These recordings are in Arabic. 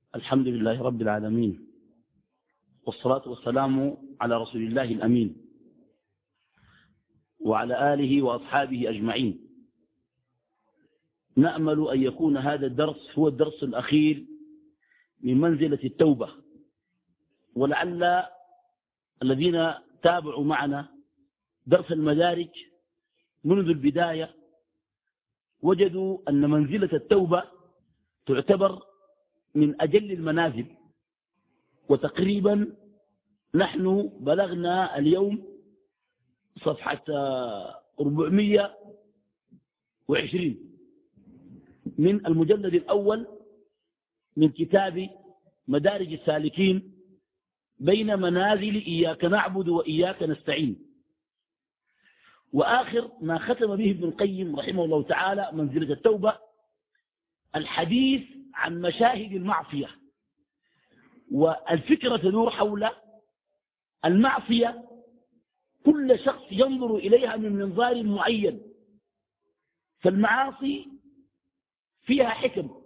الحمد لله رب العالمين، والصلاة والسلام على رسول الله الأمين وعلى آله وأصحابه أجمعين. نأمل أن يكون هذا الدرس هو الدرس الأخير من منزلة التوبة، ولعل الذين تابعوا معنا درس المدارج منذ البداية وجدوا أن منزلة التوبة تعتبر من أجل المنازل، وتقريبا نحن بلغنا اليوم صفحة 420 من المجلد الأول من كتاب مدارج السالكين بين منازل إياك نعبد وإياك نستعين. وآخر ما ختم به ابن القيم رحمه الله تعالى منزلة التوبة الحديث عن مشاهد المعصية، والفكرة تدور حول المعصية كل شخص ينظر إليها من منظار معين. فالمعاصي فيها حكم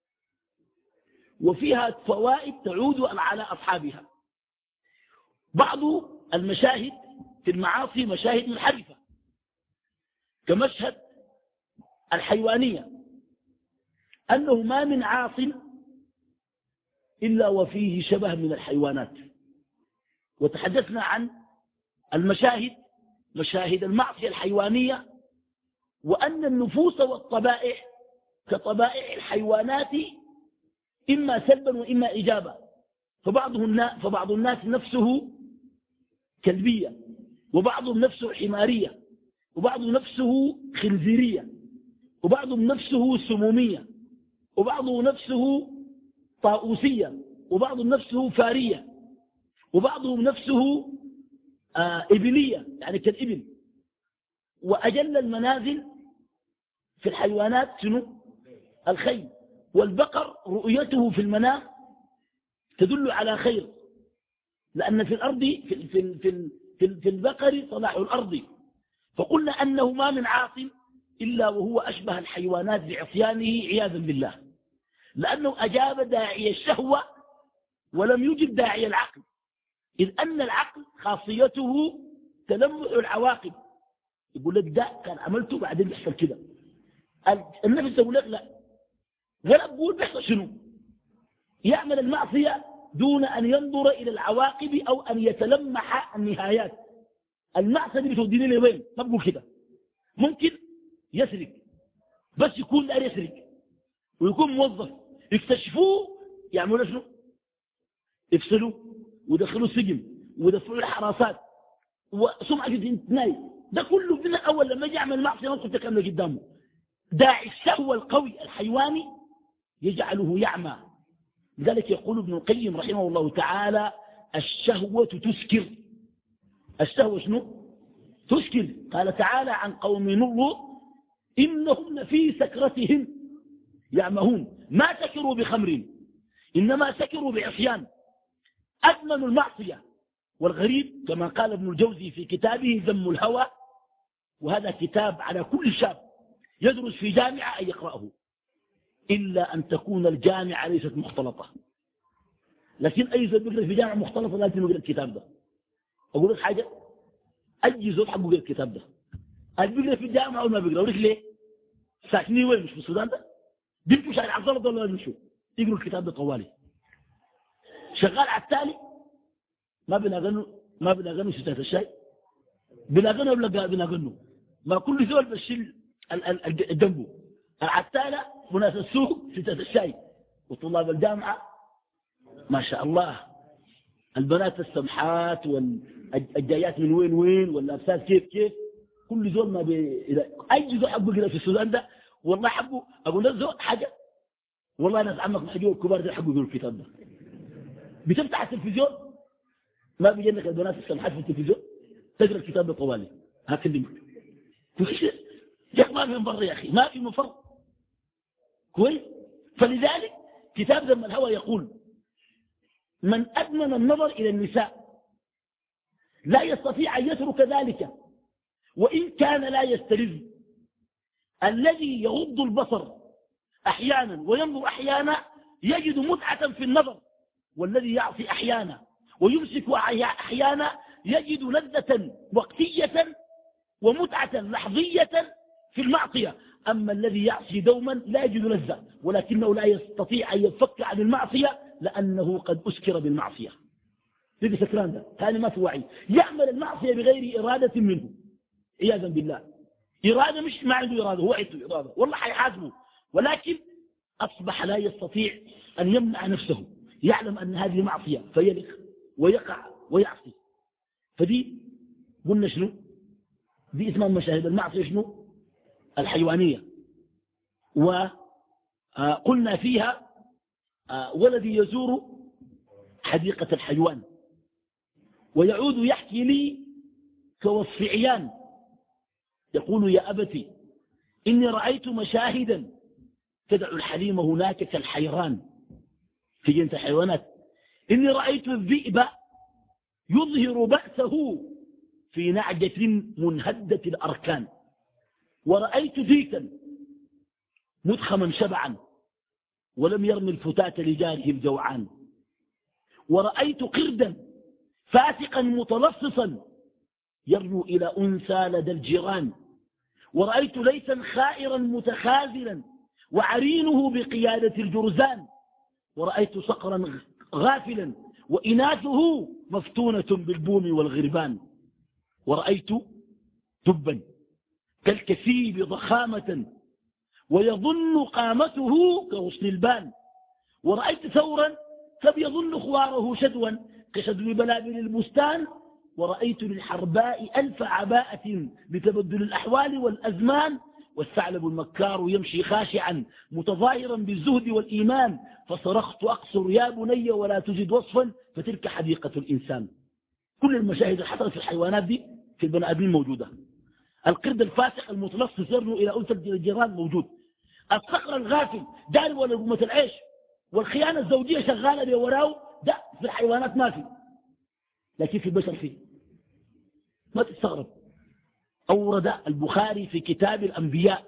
وفيها فوائد تعود على أصحابها. بعض المشاهد في المعاصي مشاهد منحرفة كمشهد الحيوانية، أنه ما من عاص إلا وفيه شبه من الحيوانات. وتحدثنا عن المشاهد مشاهد المعصية الحيوانية، وأن النفوس والطبائع كطبائع الحيوانات إما سلبا وإما إيجابا. فبعض الناس نفسه كلبية، وبعضهم نفسه حمارية، وبعضهم نفسه خنزيرية، وبعضهم نفسه سمومية، وبعضهم نفسه طاؤوسية، وبعضهم نفسه فارية، وبعضهم نفسه إبلية يعني كالإبل. وأجل المنازل في الحيوانات شنو؟ الخيل. والبقر رؤيته في المنام تدل على خير، لأن في الأرض في البقر صلاح الأرض. فقلنا أنه ما من عاص إلا وهو أشبه الحيوانات بعصيانه عياذا بالله، لأنه أجاب داعي الشهوة ولم يجب داعي العقل، إذ أن العقل خاصيته تلمح العواقب. يقول لك ده كان عملته بعدين بيحصل كده. النفس يقول لك لا، ولا بقول بيحصل شنو، يعمل المعصية دون أن ينظر إلى العواقب أو أن يتلمح النهايات. المعصية دي بتوديني لوين؟ ما بقول كده. ممكن يسرق بس يكون لا يسرق ويكون موظف، يكتشفوه يعملوا شنو؟ يفصلوه ويدخلوا السجن ويدفعوا الحراسات وسمعة تناي. ده كله من الأول لما يجي يعمل معصية ما كنت كامله قدامه. داعي الشهوة القوي الحيواني يجعله يعمى. لذلك يقول ابن القيم رحمه الله تعالى الشهوة تسكر. الشهوة شنو؟ تسكر. قال تعالى عن قوم لوط إنهم لفي سكرتهم يعمهون ما سكروا بخمر إنما سكروا بعصيان. أدمنوا المعصية. والغريب كما قال ابن الجوزي في كتابه ذم الهوى، وهذا كتاب على كل شاب يدرس في جامعة أن يقرأه، إلا أن تكون الجامعة ليست مختلطة. لكن أي زول بيقرأ في جامعة مختلطة لازم يقرأ الكتاب ده. أقول لك حاجة، أي زول حقه يقرأ الكتاب ده. اللي بيقرأ في الجامعة وما بيقرأ. أقول لك ليه؟ ساكنين وين؟ مش في السودان ده؟ بيمشوا شارع الغلط ولا بيمشوا؟ يقرأوا الكتاب ده طوالي. شغال على التالي ما بنغنوا ستات الشاي، بنغنوا ولا بنغنوا؟ ما كل زول بشيل الجنبه. العتالة وناس السوق ستات الشاي، وطلاب الجامعة ما شاء الله البنات السمحات والجايات من وين واللابسات كيف كل زول ما أي زول حقه كده في السودان ده والله حقه. أقول لك زول حاجة والله ناس عمك محجوب الكبار ده حقه يقول الكتاب ده. بتفتح التلفزيون ما بيجنك البنات السمحات في التلفزيون تقرأ الكتاب ده طوالي. هكذا كويس يا ما في مفر يا أخي، ما في مفر كويس. فلذلك كتاب ذم الهوى يقول من أدمن النظر إلى النساء لا يستطيع أن يترك ذلك وإن كان لا يستلذ. الذي يغض البصر أحيانا وينظر أحيانا يجد متعة في النظر، والذي يعصي أحيانا ويمسك أحيانا يجد لذة وقتية ومتعة لحظية في المعصية. أما الذي يعصي دوما لا يجد لذة، ولكنه لا يستطيع أن يفك عن المعصية لأنه قد أسكر بالمعصية. لذي سكران ده ثاني ما في وعي، يعمل المعصية بغير إرادة منه عياذا بالله. إرادة مش ما عنده إرادة، هو عنده إرادة والله حيحاسبه، ولكن أصبح لا يستطيع أن يمنع نفسه، يعلم أن هذه معصية فيلخ ويقع ويعصي. فدي قلنا شنو؟ دي اسمها مشاهد المعصية شنو؟ الحيوانية. وقلنا فيها ولدي يزور حديقة الحيوان ويعود يحكي لي كوصف عيان، يقول يا أبتي إني رأيت مشاهدا تدع الحليم هناك كالحيران في جنة الحيوانات. إني رأيت الذئب يظهر بأسه في نعجة منهدة الأركان، ورأيت ذيكا مدخما شبعا ولم يرمي الفتاة لجاره الجوعان، ورأيت قردا فاسقا متلصصا يرنو إلى أنثى لدى الجيران، ورأيت ليثا خائرا متخاذلا وعرينه بقيادة الجرزان، ورأيت صقرا غافلا وإناثه مفتونة بالبوم والغربان، ورأيت دبا كالكثيب ضخامة ويظن قامته كغصن البان، ورأيت ثورا قد يظن خواره شدوا كشدو بلابل البستان، ورأيت للحرباء ألف عباءة لتبدل الأحوال والأزمان، والثعلب المكار يمشي خاشعا متظاهرا بالزهد والإيمان، فصرخت أقصر يا بني ولا تجد وصفا فتلك حديقة الإنسان. كل المشاهد اللي حصلت في الحيوانات دي في البني آدمين موجودة. القرد الفاسق المتلصص يرنو إلى أنثى الجيران موجود. الصقر الغافل دارب ولا لقمة العيش والخيانة الزوجية شغالة بوراه، ده في الحيوانات ما في، لكن في البشر فيه. ما تستغرب. أورد البخاري في كتاب الأنبياء،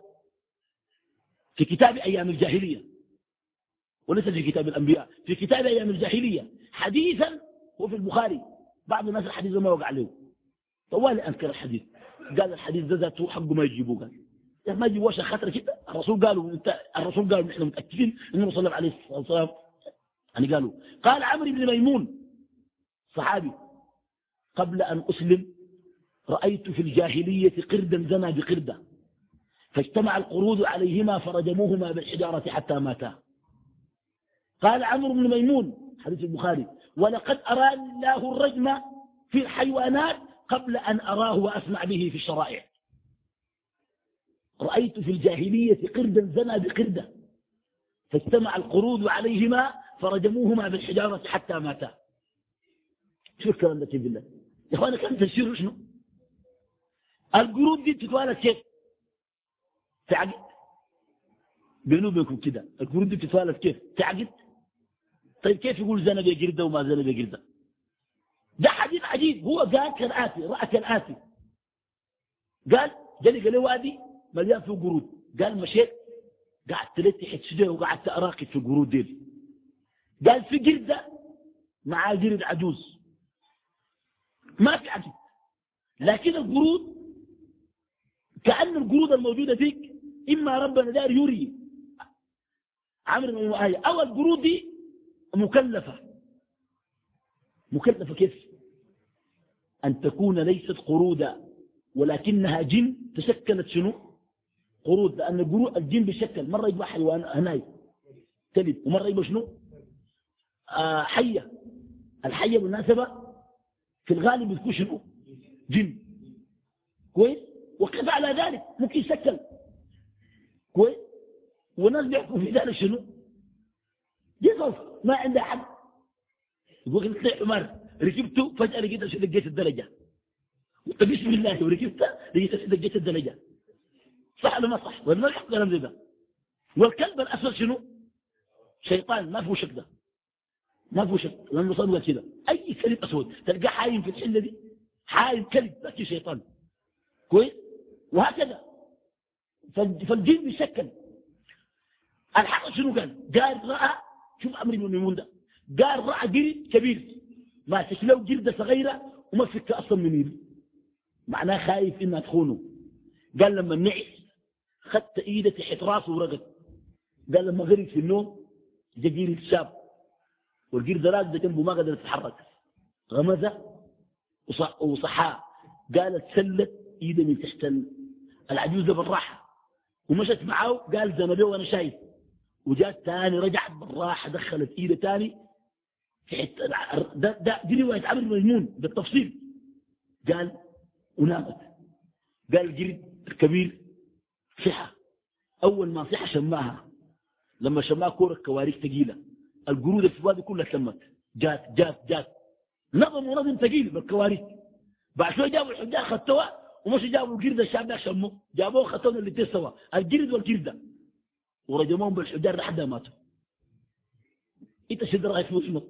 في كتاب أيام الجاهلية، وليس في كتاب الأنبياء، في كتاب أيام الجاهلية حديثا هو في البخاري. بعض الناس الحديث ما وقع له طوالي أنكر الحديث، قال الحديث ده ذاته حقه ما يجيبوه، قال يا ما يجيبوه عشان خاطر كده. الرسول قالوا نحن متأكدين إنه صلى الله عليه وسلم يعني قال عمرو بن ميمون صحابي قبل أن أسلم رأيت في الجاهلية قردا زنى بقردة فاجتمع القرود عليهما فرجموهما بالحجارة حتى ماتا. قال عمرو بن ميمون حديث البخاري ولقد أراني الله الرجم في الحيوانات قبل أن أراه وأسمع به في الشرائع. رأيت في الجاهلية قردا زنى بقردة فاجتمع القرود عليهما فرجموهما بالحجارة حتى ماتا. شو الكلام ده بالله يا اخوانا؟ كان تفسيره شنو؟ القرود دي بتتوالد كيف؟ تعقد بينه وبينكم كده، القرود دي بتتوالد كيف؟ تعقد. طيب كيف يقول زنا بقردة وما زنا بقردة؟ ده حديث عجيب. هو قال كالآتي، رأى كالآتي، قال جالي قال لي وادي مليان فيه قرود، قال مشيت قعدت لي تحت شجره وقعدت اراقب في القرود دي. قال في قردة مع قرد عجوز ما في عجب، لكن القرود كأن القرود الموجودة فيك إما ربنا دار يري عمرو بن آية أو القرود دي مكلفة. مكلفة كيف؟ أن تكون ليست قرودا ولكنها جن تشكلت شنو؟ قرود. لأن الجن بيشكل مرة يبقى حيوان هناي كلب ومرة يبقى شنو؟ حية. الحية بالمناسبة في الغالب بتكون شنو؟ جن. كويس؟ وكيف على ذلك ممكن يشكل. كويس؟ والناس بيحكوا في ذلك شنو؟ جزف ما عنده حد. يقول لك طلع حمار ركبته فجأة لقيت الدرجة. قلت بسم الله وركبته لقيت الدرجة. صح ولا ما صح؟ ولا ما يحكوا كلام زي ده؟ والكلب الأسود شنو؟ شيطان ما فيه شك ده. ما فيه شك لأنه صدق كده. أي كلب أسود تلقاه حايم في الحلة دي، حايم كلب بس شيطان. كويس؟ وهكذا. فالجن بيشكل. الحق شنو قال؟ قال رأى شوف عمرو بن ميمون ده، قال رأى جلد كبير ماسك له جلدة صغيرة وما فك أصلا من يده، معناه خايف إنها تخونه. قال لما نعس خدت إيده تحت راسه ورقد. قال لما غرق في النوم جا جلد شاب والجلد راقد جنبه ما قدر يتحرك، غمزه وصحاه. قالت سلت ايده من تحت العجوز ده بالراحه ومشت معاه. قال زنبيه وانا شايف، وجات تاني رجعت بالراحه دخلت ايده تاني تحت دي روايه عمرو بن ميمون بالتفصيل. قال ونامت. قال الجلد الكبير صحة، اول ما صحة شماها، لما شماها كوره كوارث ثقيله، القرود في الوادي كلها تلمت، جات نظم ثقيل بالكوارث. بعد شوي جابوا الحجاج خدتوها ومشوا جابوا الجرد الشعب ده شموه، جابوه خدتونا اللي سوا الجرد والجرده ورجموهم بالحجاج لحد ما ماتوا. انت شد رايك فيه شنو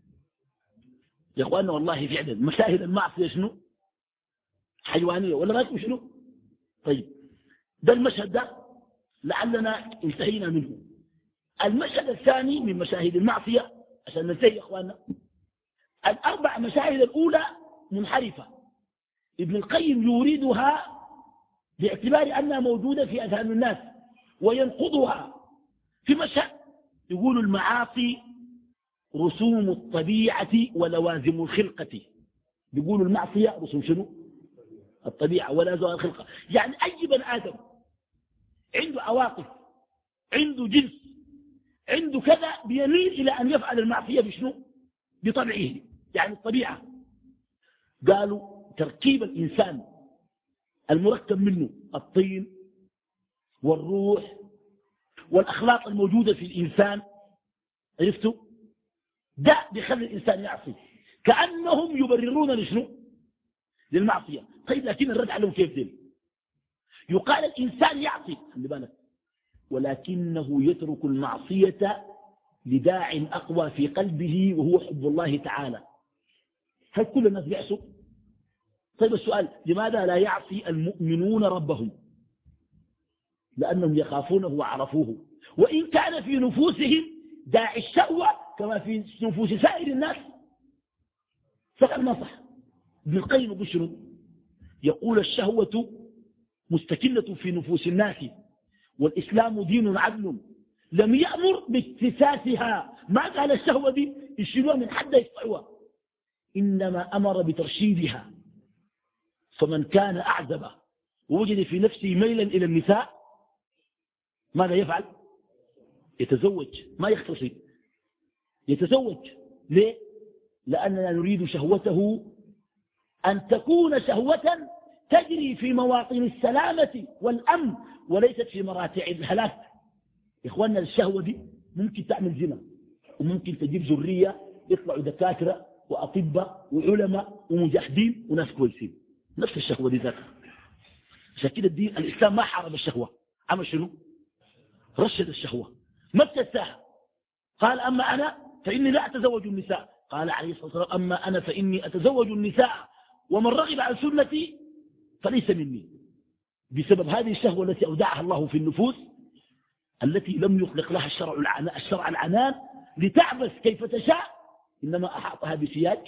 يا اخواننا؟ والله فعلا مشاهد المعصيه شنو؟ حيوانيه ولا رايكم شنو؟ طيب ده المشهد ده لعلنا انتهينا منه. المشهد الثاني من مشاهد المعصيه عشان ننتهي يا اخواننا، الاربع مشاهد الاولى منحرفه، ابن القيم يريدها باعتبار أنها موجودة في أذهان الناس وينقضها في مشهد. يقول المعاصي رسوم الطبيعة ولوازم الخلقة. يقول المعصية رسوم شنو؟ الطبيعة ولازم الخلقة. يعني أي بني آدم عنده عواطف، عنده جنس، عنده كذا، بيميل إلى أن يفعل المعصية بشنو؟ بطبعه، يعني الطبيعة. قالوا تركيب الإنسان المركب منه الطين والروح والأخلاق الموجودة في الإنسان، عرفتوا؟ ده بيخلي الإنسان يعصي، كأنهم يبررون لشنو؟ للمعصية. طيب لكن الرد عليهم كيف دين؟ يقال الإنسان يعصي، خلي بالك، ولكنه يترك المعصية لداع أقوى في قلبه وهو حب الله تعالى. هل كل الناس بيعصوا؟ طيب السؤال، لماذا لا يعصي المؤمنون ربهم؟ لأنهم يخافونه وعرفوه، وإن كان في نفوسهم داعي الشهوة كما في نفوس سائر الناس. فقال ما صح. ابن القيم يقول شنو؟ يقول الشهوة مستكنة في نفوس الناس، والإسلام دين عدل لم يأمر باكتساسها. ما قال الشهوة دي يشيلوها من حد يقطعوها، إنما أمر بترشيدها. فمن كان أعزب ووجد في نفسه ميلا إلى النساء ماذا يفعل؟ يتزوج، ما يختصي، يتزوج. ليه؟ لأننا نريد شهوته أن تكون شهوة تجري في مواطن السلامة والأمن وليست في مراتع الهلاك. إخواننا الشهوة دي ممكن تعمل زنا، وممكن تجيب ذرية يطلعوا دكاترة وأطباء وعلماء ومجاهدين وناس كويسين. نفس الشهوة دي ذاتها. عشان كده الدين الإسلام ما حارب الشهوة، عمل شنو؟ رشد الشهوة، ما ابتساها. قال أما أنا فإني لا أتزوج النساء، قال عليه الصلاة والسلام أما أنا فإني أتزوج النساء ومن رغب عن سنتي فليس مني. بسبب هذه الشهوة التي أودعها الله في النفوس، التي لم يخلق لها الشرع العنان لتعبث كيف تشاء، إنما أحاطها بسياج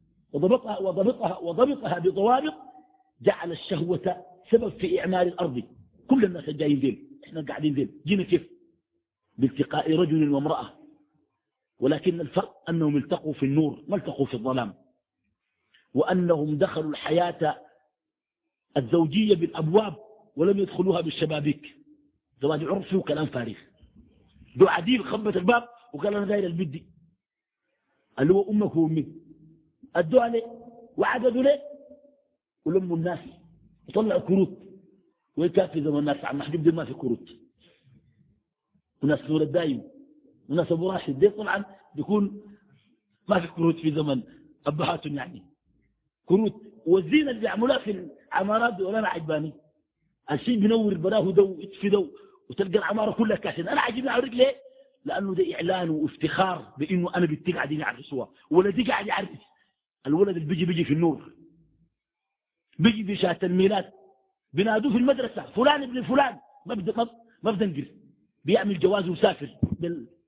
وضبطها بضوابط. جعل الشهوة سبب في إعمار الأرض. كل الناس جايين ذيل، إحنا قاعدين ذيل، جينا كيف؟ بالتقاء رجل وامرأة، ولكن الفرق أنهم التقوا في النور ما التقوا في الظلام، وأنهم دخلوا الحياة الزوجية بالأبواب ولم يدخلوها بالشبابيك. زواج عرفي وكلام فارغ. دو عديل خبت الباب وقال أنا داير البدي اللي هو أمك وأمي، أدوا عليه وعددوا ليه ولموا الناس وطلعوا كروت. وكان في زمن الناس عم محجوب دي ما في كروت، وناس نور الدايم وناس أبو راشد دي طبعا بيكون ما في كروت في زمن أبهاتهم، يعني كروت. والزينة اللي بيعملوها في العمارات دي ولا أنا عجباني، الشيء بينور براه دو يطفي دو وتلقى العمارة كلها كاشن. أنا عجبني أوريك ليه؟ لأنه ده إعلان وافتخار بإنه أنا بنتي قاعدين يعرسوها ولدي قاعد يعرس. الولد اللي بيجي في النور، بيجي في شهادة الميلاد، بنادوه في المدرسة فلان ابن فلان، ما بده نقر، بيعمل جواز وسافر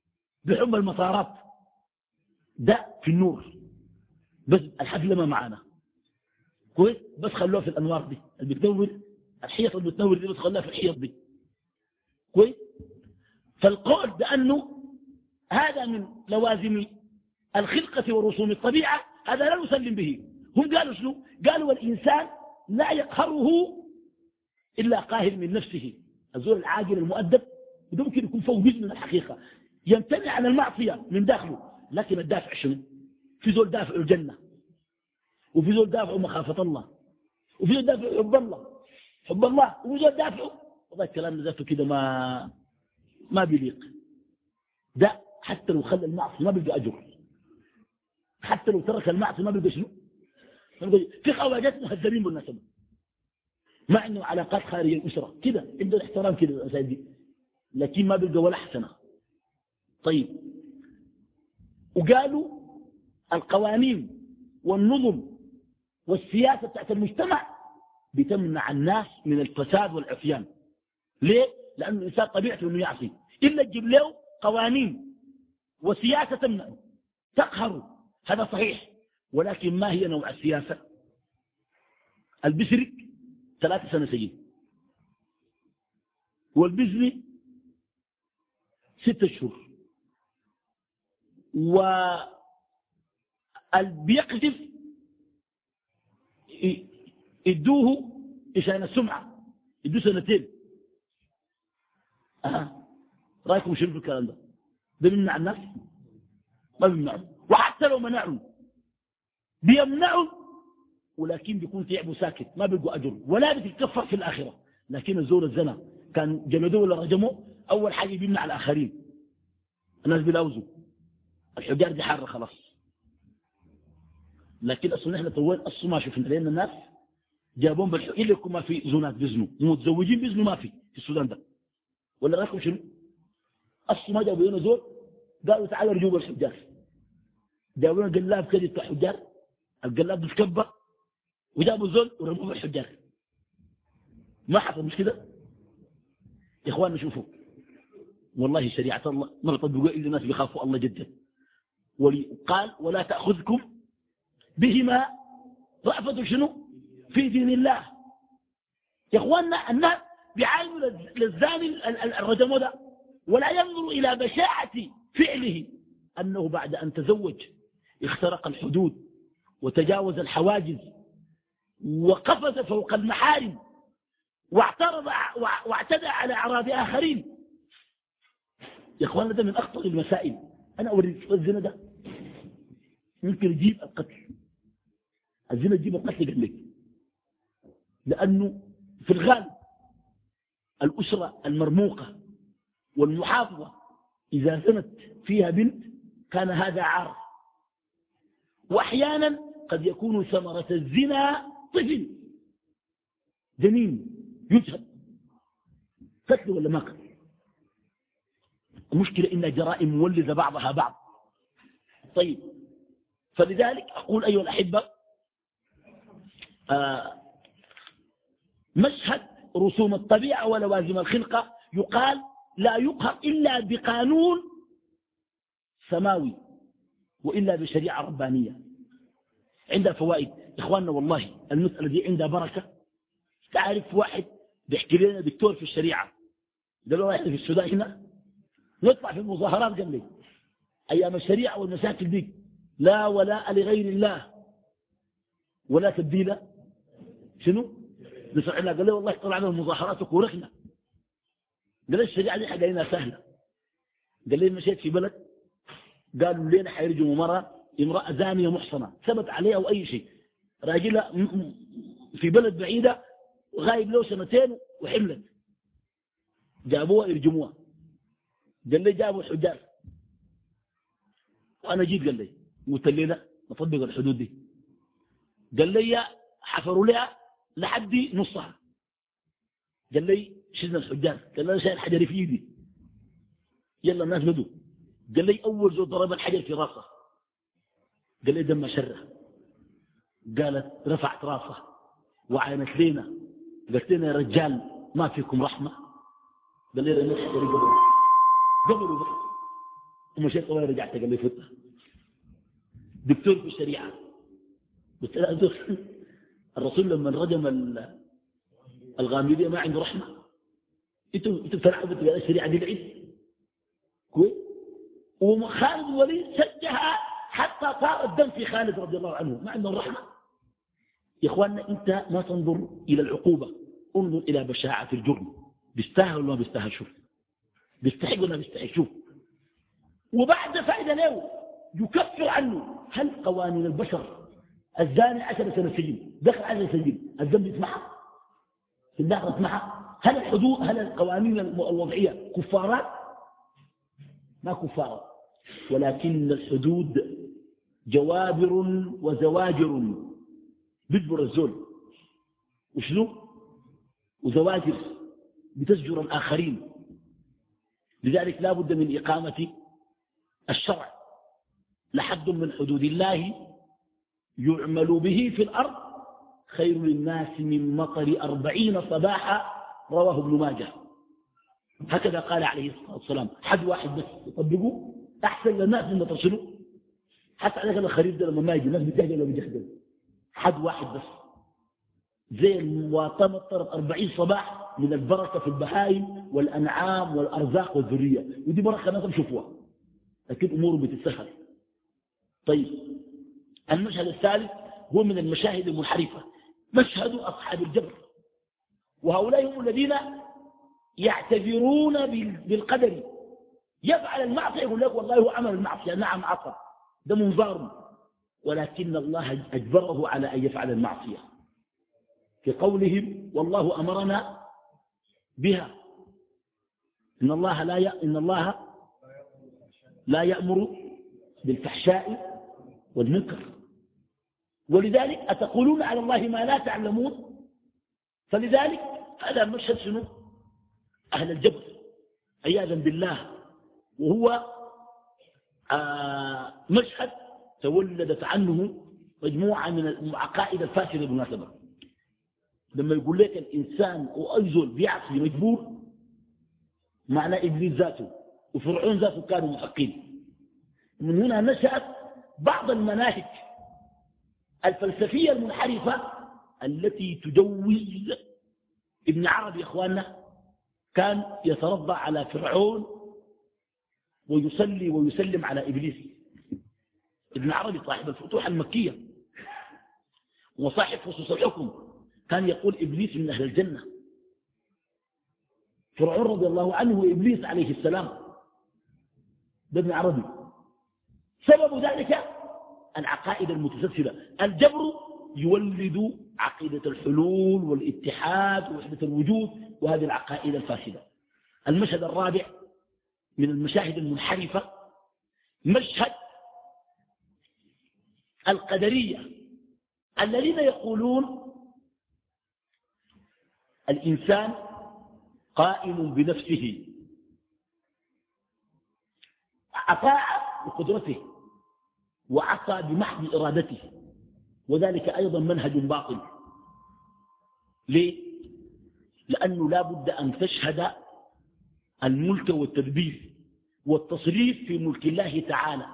بحب المطارات، ده في النور، بس الحفلة ما معانا كويس، بس خلوها في الأنوار دي اللي بتنور، الحيط اللي بتنور دي بس خلوها في الحيط دي كويس. فالقول بأنه هذا من لوازم الخلقة ورسوم الطبيعة هذا لا نسلم به. هم قالوا شنو؟ قالوا والإنسان لا يقهره إلا قاهر من نفسه. الزول العاقل المؤدب وده ممكن يكون فوق جزء من الحقيقة، يمتنع عن المعصية من داخله، لكن الدافع شنو؟ في زول دافع الجنة، وفي زول دافع مخافة الله، وفي زول دافع حب الله، وفي زول دافع والله الكلام ذاته كده ما بيليق. ده حتى لو خلى المعصية ما بيلقى أجر، حتى لو ترك المعصية ما بيلقى شنو. في خواجات مهذبين بالنسبة ما عندهم علاقات خارج الأسرة كده، عندهم احترام كده الأسائل دي، لكن ما بيلقى ولا حسنة. طيب، وقالوا القوانين والنظم والسياسة بتاعت المجتمع بتمنع الناس من الفساد والعصيان. ليه؟ لأن الإنسان طبيعته أنه يعصي، إلا تجيب له قوانين وسياسة تمنعه تقهره، هذا صحيح، ولكن ما هي نوع السياسة؟ البسرك 3 سنة سجن، والبزني 6 شهور، والبيقذف يدوه عشان السمعة يدوه 2 سنين. رأيكم شنو في الكلام ده؟ ده بيمنع الناس؟ ما بيمنعوا، وحتى لو منعوا بيمنعوا، ولكن بيكون تعبوا ساكت ما بيلقوا أجر ولا بتتكفر في الآخرة. لكن الزور الزنا كان جلدوه ولا رجموه، أول حاجة بيمنع الآخرين، الناس بيلاوزوا الحجار دي حارة خلاص. لكن أصلا نحن طوال أصلا ما شفنا لأن الناس جابون بالحجار إلا يكون ما في زونات بيزنوا، متزوجين بيزنوا ما في السودان ده، ولا رأيكم شنو؟ أصلا ما جابوا لنا زول قالوا تعالوا رجوب الحجار، جابوا لنا قلاب كده بتاع حجار، القلاب بيتكبر وجابوا زول ورموه بالحجار. ما حصل مش كده يا إخواننا؟ شوفوا والله شريعة الله ما بيطبقوها إلا الناس بيخافوا الله جدا. وقال ولا تأخذكم بهما رأفة شنو في دين الله. يا إخواننا الناس بيعاينوا للزاني الرجم ده ولا ينظر إلى بشاعة فعله، أنه بعد أن تزوج اخترق الحدود وتجاوز الحواجز وقفز فوق المحارم واعترض واعتدى على أعراض آخرين. يا إخواننا ده من أخطر المسائل. أنا أوريك الزنا ده ممكن يجيب القتل، الزنا يجيب القتل قال لك، لأنه في الغالب الأسرة المرموقة والمحافظة إذا زنت فيها بنت كان هذا عار، وأحيانا قد يكون ثمرة الزنا طفل جنين يجهد، قتل ولا ما قتل. المشكلة إن جرائم مولدة بعضها بعض. طيب، فلذلك أقول أيها الأحبة مشهد رسوم الطبيعة ولوازم الخلقة يقال لا يقهر إلا بقانون سماوي وإلا بشريعة ربانية عندها فوائد. إخواننا والله المسألة دي عندها بركة. تعرف واحد بيحكي لنا دكتور في الشريعة قال له واحد في السودان هنا نطلع في المظاهرات قال لي أيام الشريعة والمشاكل دي لا ولاء لغير الله ولا تبديل شنو نسمع لنا. قال لي والله طلعنا المظاهرات وكورخنا. قال لي الشريعة دي حاجة سهلة. قال لي مشيت في بلد قالوا لنا حيرجموا امرأة زانية محصنة ثبت عليها أو أي شيء، راجلها في بلد بعيدة وغايب له 2 وحملت، جابوها يرجموها. قال لي جابوا الحجار وأنا جيت قال لي قلت لي لا نطبق الحدود دي. قال لي حفروا لها لحد نصها. قال لي شلنا الحجار. قال لي شايل حجري في ايدي يلا الناس بدوا. قال لي أول زول ضرب الحجر في راسه. قال لي دم شره. قالت رفعت راسه وعينت لينا قالت لنا يا رجال ما فيكم رحمة. قال لي رميت حجري قبل ومشيت طوال رجعت قال لي فتة دكتور في الشريعة. قلت له دكتور الرسول لما رجم الغامدية ما عنده رحمة. انتوا تلعبوا تقول الشريعة دي العيد كويس. وخالد الوليد شجها حتى طار الدم في خالد رضي الله عنه، ما عندهم رحمة. يا اخواننا انت ما تنظر الى العقوبة، انظر الى بشاعة الجرم، بيستاهل ولا ما بيستاهل؟ شوف بيستحق ولا ما بيستحق. شوف وبعد فائدة له يكفر عنه. هل قوانين البشر الزاني 10 سنة سجن دخل 10 سجن الذنب يسمحها في الداخل يسمحها؟ هل الحدود هل القوانين الوضعية كفارات؟ ما كفارات، ولكن الحدود جوابر وزواجر، بتجبر الزول وشنو وزواجر بتزجر الآخرين. لذلك لا بد من إقامة الشرع. لحد من حدود الله يعمل به في الأرض خير للناس من مطر 40 صباحا، رواه ابن ماجه. هكذا قال عليه الصلاة والسلام. حد واحد بس يطبقوا أحسن للناس من مطر شنو؟ حتى عليك الخريف ده لما ما يجي الناس بتهجل ولا بيجهدل. حد واحد بس زي المواطنة مطر 40 صباح من البركة في البهائم والأنعام والأرزاق والذرية، ودي بركة الناس بشوفوها لكن أموره بتتسهل. طيب المشهد الثالث هو من المشاهد المنحرفة، مشهد أصحاب الجبر. وهؤلاء هم الذين يعتذرون بالقدر. يفعل المعصية يقول لك والله هو عمل المعصية، نعم عصى، ده منظار، ولكن الله أجبره على أن يفعل المعصية في قولهم والله أمرنا بها. إن الله لا يأمر بالفحشاء والمنكر. ولذلك أتقولون على الله ما لا تعلمون. فلذلك هذا مشهد شنو؟ أهل الجبر عياذا بالله. وهو مشهد تولدت عنه مجموعة من العقائد الفاسدة بالمناسبة. لما يقول لك الإنسان وأجزل بيعصي مجبور، معنى إبليس ذاته وفرعون ذاته كانوا محقين. من هنا نشأت بعض المناهج الفلسفية المنحرفة التي تجوز. ابن عربي يا إخواننا كان يترضى على فرعون ويصلي ويسلم على إبليس. ابن عربي صاحب الفتوح المكية وصاحب فصوص الحكم كان يقول إبليس من أهل الجنة. فرعون رضي الله عنه وإبليس عليه السلام، ده ابن عربي. سبب ذلك العقائد المتسلسلة. الجبر يولد عقيدة الحلول والاتحاد ووحدة الوجود وهذه العقائد الفاسدة. المشهد الرابع من المشاهد المنحرفة مشهد القدرية الذين يقولون الإنسان قائم بنفسه، أطاع بقدرته وعصى بمحض إرادته، وذلك أيضا منهج باطل. ليه؟ لأنه لا بد أن تشهد الملك والتدبير والتصريف في ملك الله تعالى،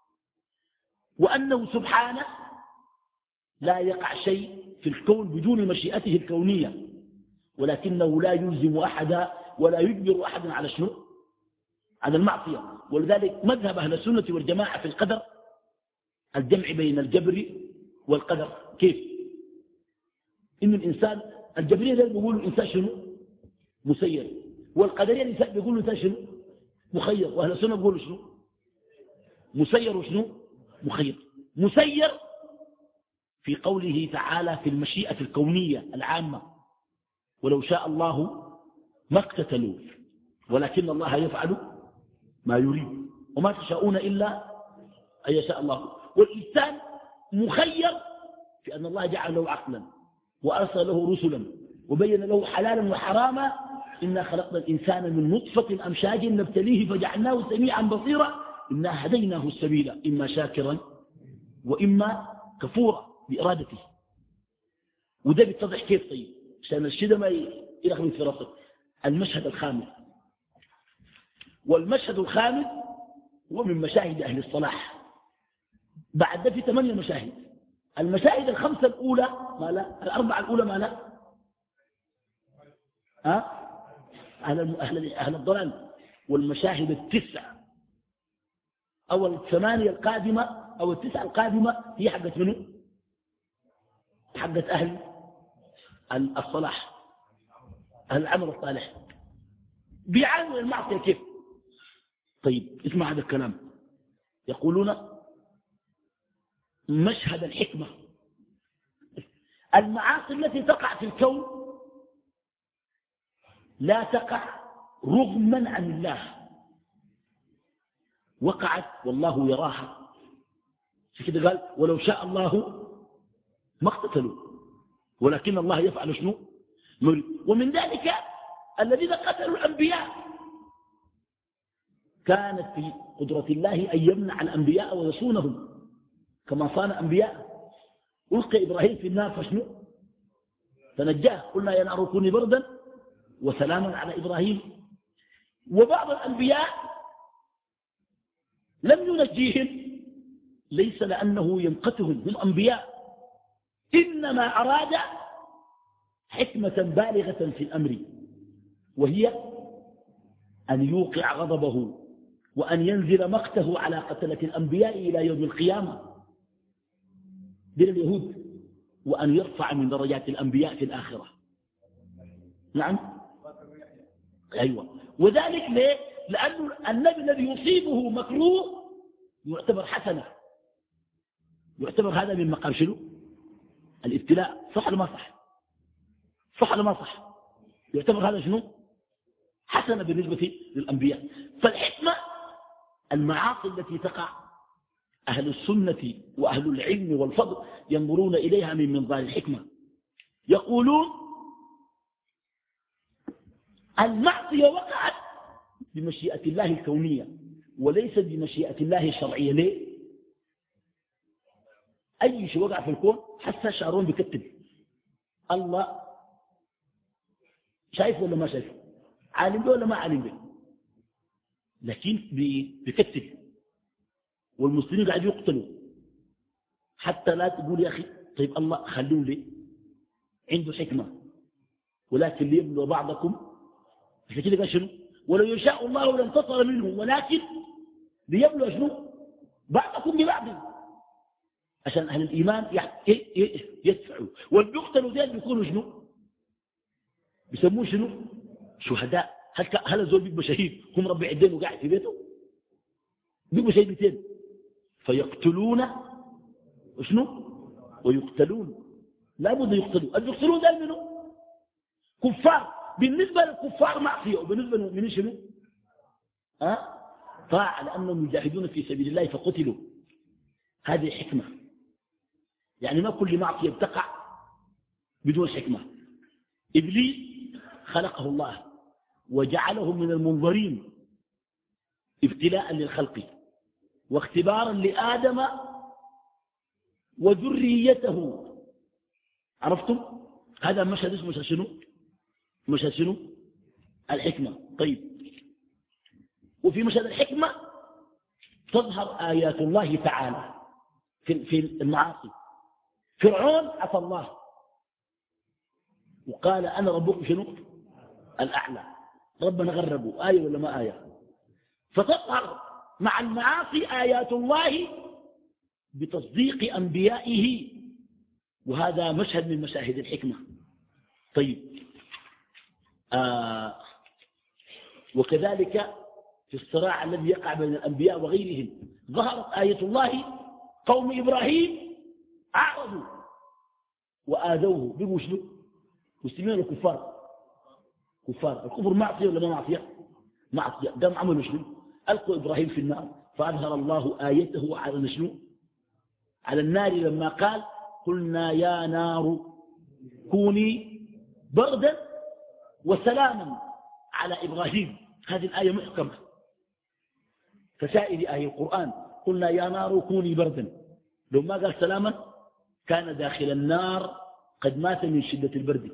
وأنه سبحانه لا يقع شيء في الكون بدون مشيئته الكونية، ولكنه لا يلزم أحدا ولا يجبر أحدا على شنو؟ على المعصية. ولذلك مذهب أهل السنة والجماعة في القدر الجمع بين الجبر والقدر. كيف؟ إن الإنسان الجبرية ده بيقولوا الإنسان شنو؟ مسير، والقدرية الإنسان بيقولوا الإنسان شنو؟ مخير، وأهل السنة بيقولوا شنو؟ مسير وشنو؟ مخير. مسير في قوله تعالى في المشيئة الكونية العامة ولو شاء الله ما اقتتلوا ولكن الله يفعل ما يريد وما تشاءون إلا أن يشاء الله. والإنسان مخير في أن الله جعل له عقلا وأرسل له رسلا وبين له حلالا وحراما. إنا خلقنا الإنسان من نطفة أمشاج نبتليه فجعلناه سميعا بصيرا إنا هديناه السبيل إما شاكرا وإما كفورا بإرادته. وده بيتضح كيف؟ طيب عشان الشيء ده ما يلخبط في راسك. المشهد الخامس، والمشهد الخامس ومن مشاهد أهل الصلاح. بعد ده في 8 مشاهد. المشاهد الخمسة الأولى ما لا، الأربعة الأولى ما لا، أهل الضلال. والمشاهد التسع أو ال8 القادمة أو ال9 القادمة هي حقت منه؟ حقت أهل الصلاح، أهل العمل الصالح، بيعانوا المعصية كيف؟ طيب اسمع هذا الكلام. يقولون مشهد الحكمة. المعاصي التي تقع في الكون لا تقع رغما عن الله، وقعت والله يراها. كده قال ولو شاء الله ما اقتتلوا ولكن الله يفعل شنو؟ ومن ذلك الذين قتلوا الأنبياء كانت في قدرة الله أن يمنع الأنبياء ويصونهم كما صان أنبياء. ألقي إبراهيم في النار فشنو؟ فنجاه، قلنا يا نار كوني بردا وسلاما على إبراهيم. وبعض الأنبياء لم ينجيهم ليس لأنه يمقتهم، هم أنبياء، إنما أراد حكمة بالغة في الأمر، وهي أن يوقع غضبه وأن ينزل مقته على قتلة الأنبياء إلى يوم القيامة بين اليهود، وأن يرفع من درجات الأنبياء في الآخرة. نعم أيوة. وذلك ليه؟ لأن النبي الذي يصيبه مكروه يعتبر حسنة، يعتبر هذا من مقام شنو؟ الابتلاء. صح ولا ما صح؟ صح ولا ما صح؟ يعتبر هذا شنو؟ حسنة بالنسبة للأنبياء. فالحكمة المعاصي التي تقع أهل السنة وأهل العلم والفضل ينظرون إليها من منظار الحكمة. يقولون المعصية وقعت بمشيئة الله الكونية وليست بمشيئة الله الشرعية. ليه؟ أي شيء وقع في الكون حتى شعرون بكتب الله شايف ولا ما شايف، عالم به ولا ما عالم به، لكن بكتب. والمسلمين قاعد يقتلوا حتى لا تقول يا أخي طيب الله خلوه لي عنده حكمة ولكن ليبلو بعضكم. عشان كده قال شنو؟ ولو يشاء الله لانتصر منهم ولكن ليبلو شنو؟ بعضكم ببعض، عشان أهل الإيمان يدفعوا. والبيقتلوا ذلك بيكونوا شنو؟ بيسموه شنو؟ شهداء. هل الزول بيبقى شهيد هم ربي عدين وقاعد في بيته؟ بيبقوا شهيدتين. فيقتلون وشنو؟ ويقتلون. لا بد يقتلوا. يقتلون ذلك منه كفار. بالنسبة للكفار معصية، وبالنسبة للمؤمنين شنو؟ طاعة، لأنهم يجاهدون في سبيل الله فقتلوا. هذه حكمة. يعني ما كل معصية بتقع بدون حكمة. إبليس خلقه الله وجعله من المنظرين ابتلاء للخلق واختبارا لآدم وذريته. عرفتم؟ هذا مشهد اسمه مشهد شنو؟ مشهد شنو؟ الحكمة. طيب، وفي مشهد الحكمة تظهر آيات الله تعالى في المعاصي. فرعون عصى الله وقال أنا ربكم شنو؟ الأعلى. ربنا غربوا. آية ولا ما آية؟ فتظهر مع المعاصي آيات الله بتصديق أنبيائه، وهذا مشهد من مشاهد الحكمة. طيب، وكذلك في الصراع الذي يقع بين الأنبياء وغيرهم ظهرت آية الله. قوم إبراهيم أعرضوا وآذوه. بيقوا شنو؟ مسلمين وكفار؟ كفار. الكفر معصية ولا ما معصية؟ معصية. قام عملوا شنو؟ ألقوا إبراهيم في النار فأظهر الله آيته على شنو؟ على النار لما قال قلنا يا نار كوني بردا وسلاما على إبراهيم. هذه الآية محكمة كسائر آية القرآن. قلنا يا نار كوني بردا، لو ما قال سلاما كان داخل النار قد مات من شدة البرد.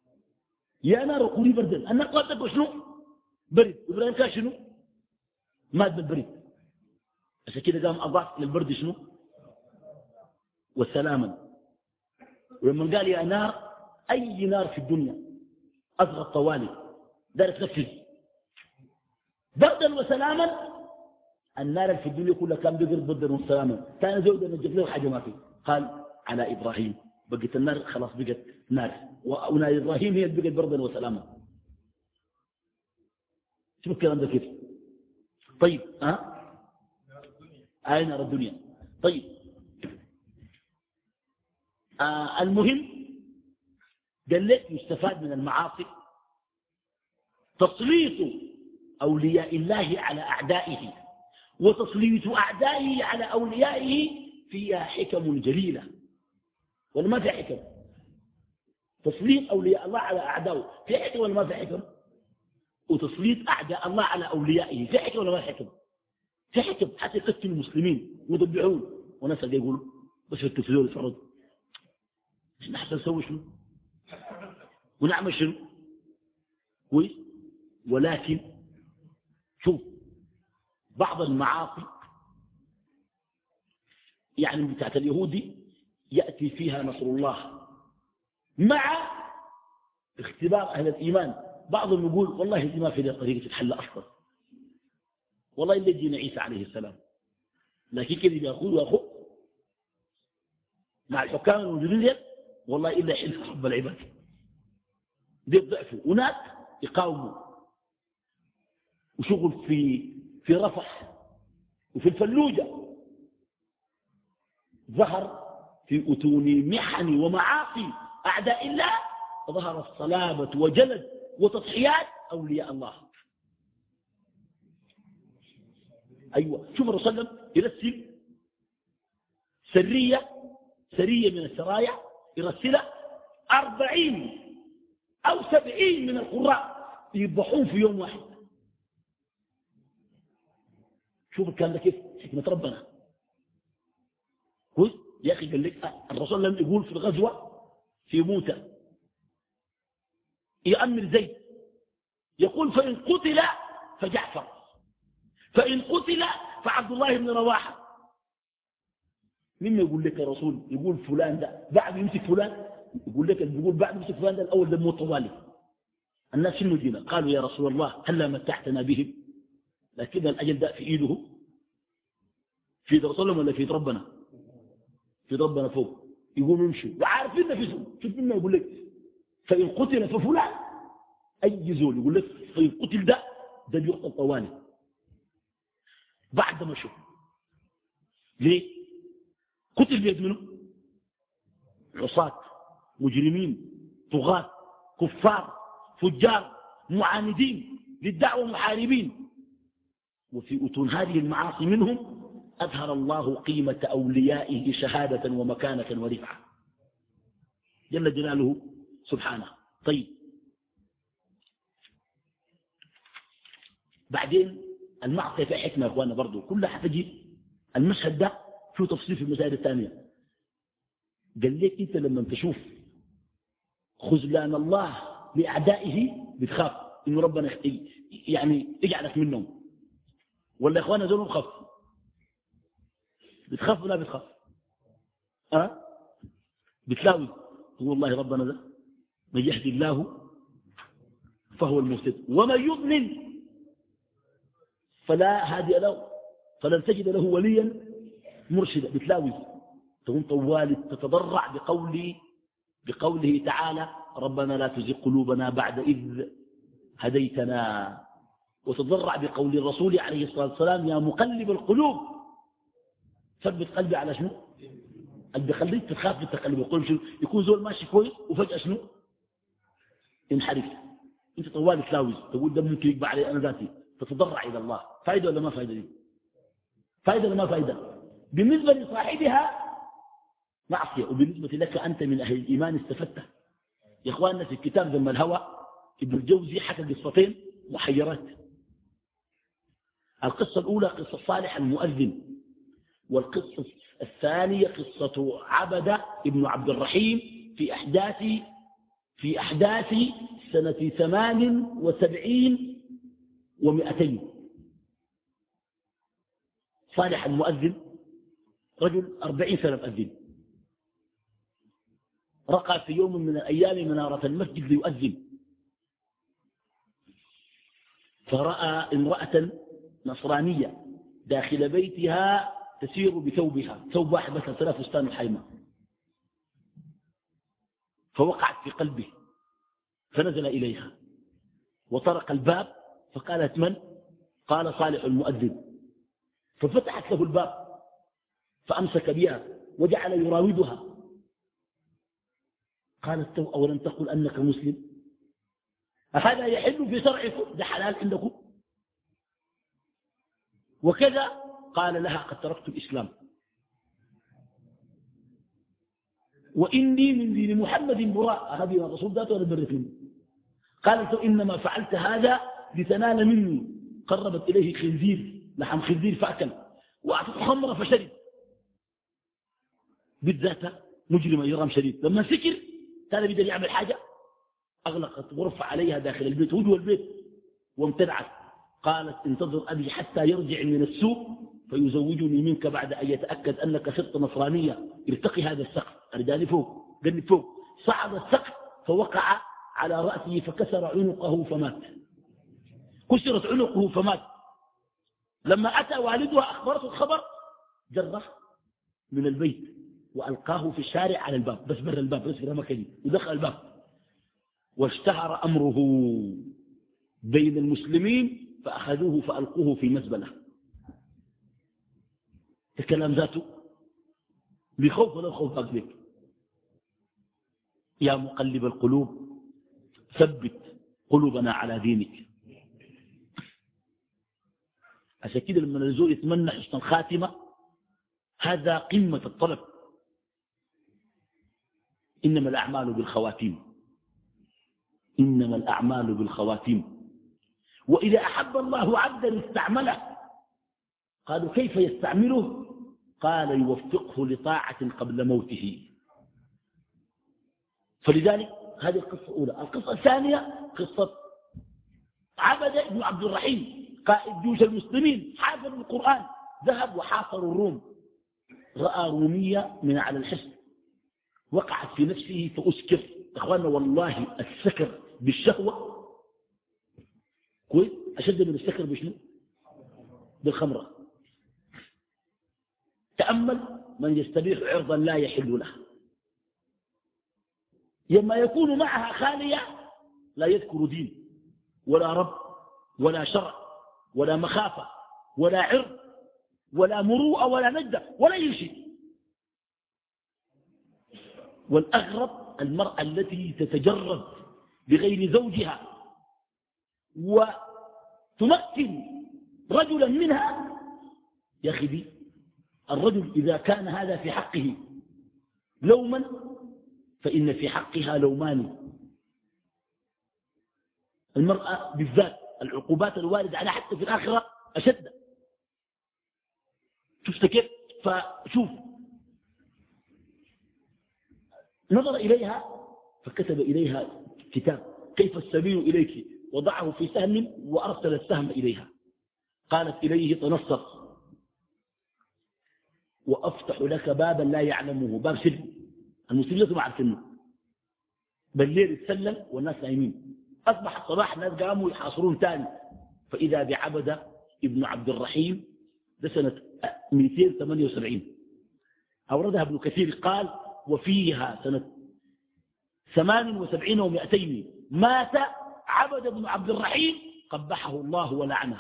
يا نار كوني بردا، النار قالت لك شنو؟ برد. إبراهيم كان شنو؟ مات بالبرد. عشان كده قام أضاف للبرد شنو؟ وسلاما. ولما قال يا نار، أي نار في الدنيا أصغر طوالي دار تنفذ بردا وسلاما. النار اللي في الدنيا كلها كان بيقرب بردا وسلاما، كان زوجة نجف له حاجة ما فيه. قال على إبراهيم، بقت النار خلاص بقت نار، ونار إبراهيم هي اللي بقت بردا وسلاما. شوف الكلام ده كيف. طيب أين نار الدنيا. طيب المهم قال لك يستفاد من المعاصي تسليط أولياء الله على أعدائه، وتسليط أعدائه على أوليائه فيها حكم جليلة. ولا ما في حكم؟ تسليط أولياء الله على أعدائه في حكم ولا ما في حكم؟ وتسليط أعداء الله على أوليائه في حكم ولا ما في حكم؟ في حكم، حتى يقتلوا المسلمين ويضبعون، وناس يقولوا بس في التلفزيون يتفرجوا. نحن نسوي شنو ونعمل شنو كويس. ولكن شوف بعض المعاصي يعني بتاعت اليهودي يأتي فيها نصر الله مع اختبار أهل الإيمان. بعضهم يقول والله دي ما في طريقة تتحل أصلا، والله اللي يجينا عيسى عليه السلام، لكن كده يأخذ مع الحكام الموجودين والله إلا يحل حب العباد دي ضعفوا. وناس يقاوموا وشغل في رفح وفي الفلوجة ظهر في أتون محن ومعاصي أعداء الله، ظهر الصلابة وجلد وتضحيات أولياء الله. أيوة شوف الرسول صلى الله عليه وسلم يرسل سرية من السرايا، يرسلها 40 أو 70 من القراء يذبحون في يوم واحد. شوف الكلام ده كيف حكمة ربنا. يا أخي قال لك الرسول لم يقول في الغزوة في موتى يأمر زيد، يقول فإن قتل فجعفر، فإن قتل فعبد الله بن رواحة. مما يقول لك يا رسول يقول فلان ده بعد يمسك فلان، يقول لك يقول بعد يمسك فلان ده الأول ده موت طوالي. الناس شنو دينا؟ قالوا يا رسول الله هلا متعتنا بهم، لكن الأجل ده في إيده، في يد رسولهم ولا في يد ربنا؟ في يد ربنا فوق. يقولوا امشوا وعارفين نفسهم. شوف مما يقول لك فإن قتل ففلان، أي زول يقول لك فإن قتل ده بيقتل طوالي بعد ما شوف ليه؟ قتل بيد منه عصاة مجرمين طغاة كفار فجار معاندين للدعوة محاربين. وفي أتون هذه المعاصي منهم أظهر الله قيمة أوليائه شهادة ومكانة ورفعة جل جلاله سبحانه. طيب بعدين المعصية في حكمة يا أخوانا برضو كلها حتجي المشهد ده شو تفصيل في المسائل الثانية. قال لك أنت لما تشوف خذلان الله لأعدائه بتخاف إنه ربنا يعني يجعلك منهم، ولا يا إخوانا زول بخاف؟ بتخاف ولا بتخاف؟ بتلاوي هو والله ربنا ده من يهدي الله فهو المهتد ومن يضلل فلا هادي له فلن تجد له وليا مرشدا. بتلاوي تكون طوال تتضرع بقوله تعالى ربنا لا تزغ قلوبنا بعد إذ هديتنا، وتضرع بقول الرسول عليه الصلاة والسلام يا مقلب القلوب ثبت قلبي على شنو؟ اللي بيخليك تخاف بالتقلب القلوب شنو؟ يكون زول ماشي كويس وفجأة شنو؟ ينحرف. انت طوال تلاوي تقول ده ممكن يقبع علي انا ذاتي، تتضرع الى الله. فائده ولا ما فائده دي؟ فائده ولا ما فائده؟ بالنسبه لصاحبها معصيه، وبالنسبه لك انت من اهل الايمان استفدت. يا اخواننا في الكتاب ذم الهوى ابن الجوزي حكى قصتين محيرات. القصه الاولى قصه صالح المؤذن، والقصه الثانيه قصه عبده ابن عبد الرحيم في أحداث سنة 78 و200. صالح المؤذن رجل 40 سنة مؤذن، رقى في يوم من الأيام منارة المسجد ليؤذن، فرأى امرأة نصرانية داخل بيتها تسير بثوبها، ثوب واحد مثلا 3 فستان الحيمة، فوقعت في قلبه فنزل إليها وطرق الباب فقالت: من؟ قال: صالح المؤذن. ففتحت له الباب فأمسك بها وجعل يراودها. قالت: أولم تقل أنك مسلم؟ أهذا يحل في شرعكم؟ ده حلال عندكم؟ وكذا قال لها: قد تركت الإسلام وإني من دين محمد براء. هذه الرسول ذاته ولا برت منه؟ قالت: إنما فعلت هذا لتنال مني. قربت إليه خنزير، لحم خنزير فأكل، وأعطته خمر فشرب. بالذات مجرم إجرام شديد. لما سكر كان بدأ يعمل حاجة، أغلقت غرفة عليها داخل البيت، وجوه البيت، وامتنعت. قالت: انتظر أبي حتى يرجع من السوق فيزوجني منك بعد أن يتأكد أنك صرت نصرانية. ارتقي هذا السقف، أرداني فوق، قلني فوق. صعد السقف فوقع على رأسه فكسر عنقه فمات. كسرت عنقه فمات. لما أتى والدها أخبرته الخبر، جره من البيت وألقاه في الشارع على الباب، بس بر الباب، بس بر مكاني، ودخل الباب. واشتهر أمره بين المسلمين فأخذوه فألقوه في مزبلة. الكلام ذاته بخوف ولا خوف أقلك. يا مقلب القلوب ثبت قلوبنا على دينك. عشان كده لما الزول يتمنى حسن الخاتمة، هذا قمة الطلب. إنما الأعمال بالخواتيم، إنما الأعمال بالخواتيم. وإذا أحب الله عبدا استعمله. قالوا: كيف يستعمله؟ قال: يوفقه لطاعة قبل موته. فلذلك هذه القصة الأولى. القصة الثانية قصة عبد بن عبد الرحيم، قائد جيوش المسلمين، حافظ القرآن، ذهب وحاصر الروم. رأى رومية من على الحصن، وقعت في نفسه فأسكر. أخوانا والله السكر بالشهوة كويس أشد من السكر بشنو؟ بالخمرة. تأمل من يستبيح عرضا لا يحل له. لما يكون معها خالية لا يذكر دين ولا رب ولا شرع ولا مخافة ولا عرض ولا مروءة ولا نجدة ولا أي شيء. والأغرب المرأة التي تتجرد بغير زوجها وتمكن رجلا منها. يا أخي دي الرجل إذا كان هذا في حقه لوما فإن في حقها لومان. المرأة بالذات العقوبات الواردة عليها حتى في الآخرة أشد. شفت كيف؟ فشوف، نظر إليها فكتب إليها كتاب: كيف السبيل إليك؟ وضعه في سهم وأرسل السهم إليها. قالت إليه: تنصر وأفتح لك بابا لا يعلمه، باب سلم المسلمين ما عارفينه. بالليل يتسلل والناس نايمين. أصبح الصباح الناس قاموا يحاصرون تاني، فإذا بعبدة ابن عبد الرحيم. ده سنة 278 أوردها ابن كثير. قال: وفيها سنة 78 و200 مات عبد بن عبد الرحيم قبحه الله ولعنه.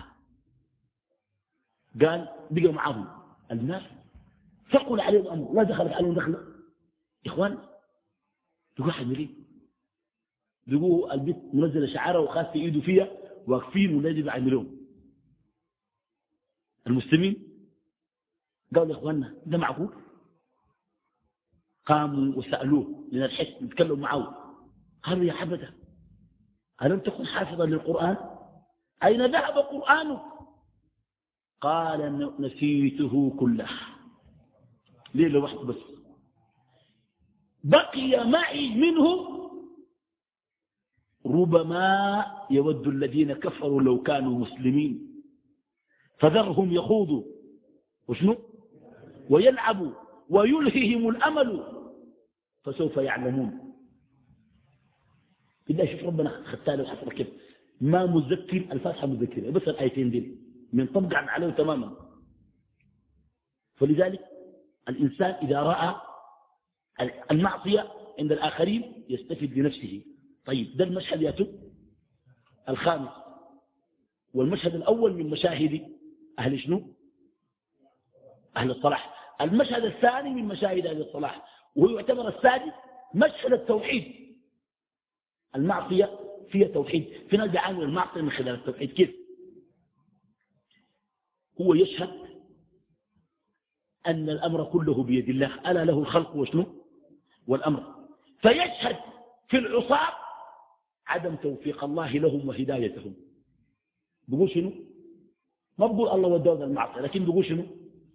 قال بقى معهم الناس ثقل عليه الأمر، لا دخلت عليهم دخله. إخوان تقول حملين، بيقولوا البيت منزل شعاره وخاف في إيده فيها، واقفين ولادي بعملهم. المسلمين قالوا يا إخواننا ده معقول؟ قاموا وسألوه من الحس يتكلموا معه. قالوا: يا عبده ألم تكن حافظا للقرآن؟ أين ذهب قرآنك؟ قال: نسيته كله، ليلة واحدة بس. بقي معي منه ربما يود الذين كفروا لو كانوا مسلمين فذرهم يخوضوا وشنو ويلعبوا ويلههم الأمل فسوف يعلمون. بالله شوف ربنا ختاله وحصل كيف ما مذكر الفاتحة مذكرة بس الآيتين دي من طبقا عليه تماما. فلذلك الإنسان إذا رأى المعصية عند الآخرين يستفيد بنفسه. طيب ده المشهد ياتو الخامس، والمشهد الأول من مشاهد أهل شنو أهل الصلاح. المشهد الثاني من مشاهد أهل الصلاح وهو يعتبر السادس مشهد التوحيد. المعصية فيها توحيد، في ناس يعانوا المعصية من خلال التوحيد. كيف؟ هو يشهد أن الأمر كله بيد الله، ألا له الخلق وشنو والأمر، فيشهد في العصاة عدم توفيق الله لهم وهدايتهم. بيقول شنو؟ ما بقول الله وداه المعصية، لكن بيقول شنو؟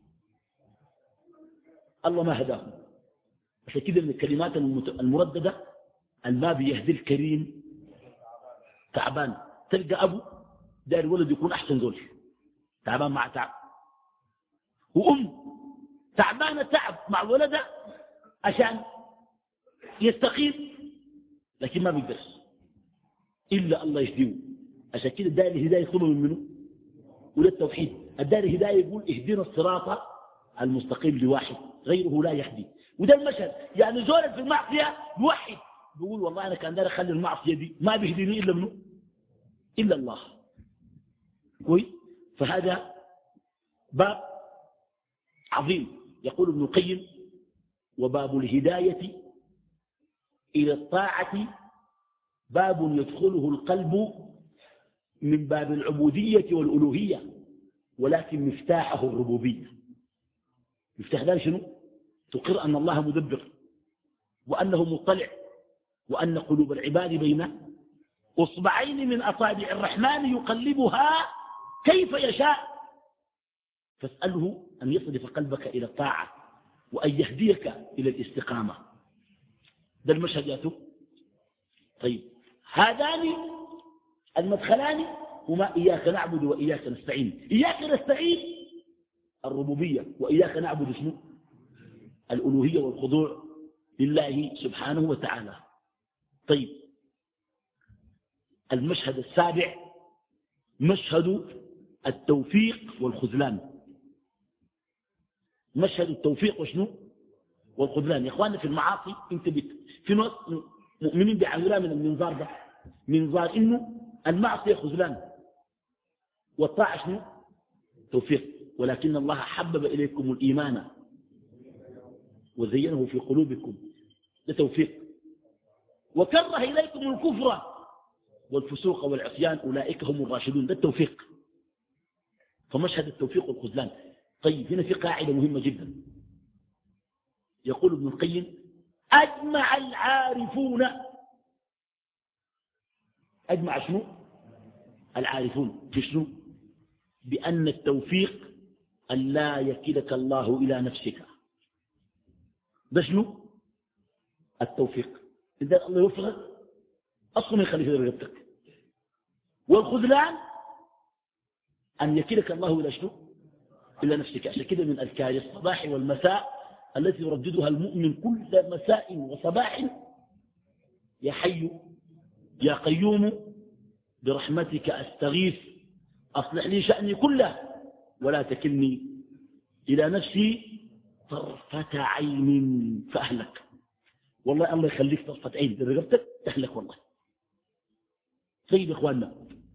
الله ما هداهم. عشان كده من الكلمات المرددة ما بيهدي الكريم تعبان. تلقى أبو داير الولد يكون أحسن زول، تعبان مع تعب، وأم تعبانة تعب مع ولدها عشان يستقيم، لكن ما بيقدر إلا الله يهديه. عشان كده داير الهداية يطلبه من منه ولا التوحيد. الداير الهداية يقول اهدنا الصراط المستقيم لواحد غيره لا يهدي. وده المشهد، يعني زول في المعصية يوحد بيقول والله أنا كان داير أخلي المعصية دي ما بيهديني إلا منه إلا الله. كويس. فهذا باب عظيم. يقول ابن القيم وباب الهداية إلى الطاعة باب يدخله القلب من باب العبودية والألوهية، ولكن مفتاحه الربوبية. مفتاح ذلك شنو؟ تقر أن الله مدبر، وأنه مطلع، وأن قلوب العباد بين أصبعين من أصابع الرحمن يقلبها كيف يشاء، فاسأله أن يصرف قلبك إلى الطاعة وأن يهديك إلى الاستقامة. ده المشهد ياتو. طيب هذان المدخلان هما إياك نعبد وإياك نستعين. إياك نستعين الربوبية، وإياك نعبد شنو الألوهية والخضوع لله سبحانه وتعالى. طيب المشهد السابع مشهد التوفيق والخذلان. مشهد التوفيق وشنو والخذلان. يا اخواننا في المعاصي انت في ناس مؤمنين بيعاملوها من المنظار ده، منظار انه المعصيه خذلان والطاعه شنو توفيق. ولكن الله حبب اليكم الايمان وزينه في قلوبكم، ده توفيق. وكره اليكم الكفر والفسوق والعصيان اولئك هم الراشدون، ده التوفيق. فمشهد التوفيق والخذلان. طيب هنا في قاعده مهمه جدا. يقول ابن القيم أجمع العارفون، أجمع شنو العارفون في شنو؟ بأن التوفيق أن لا يكلك الله إلى نفسك. ده شنو التوفيق؟ إذا الله يوفقك أصلا ما يخليك رغبتك. والخذلان أن يكلك الله إلى شنو إلى نفسك. عشان كده من أذكار الصباح والمساء التي يرددها المؤمن كل مساء وصباح يا حي يا قيوم برحمتك أستغيث أصلح لي شأني كله ولا تكلني إلى نفسي طرفة عين فأهلك. والله الله يخليك طرفة عين رغبتك تهلك والله. طيب إخواننا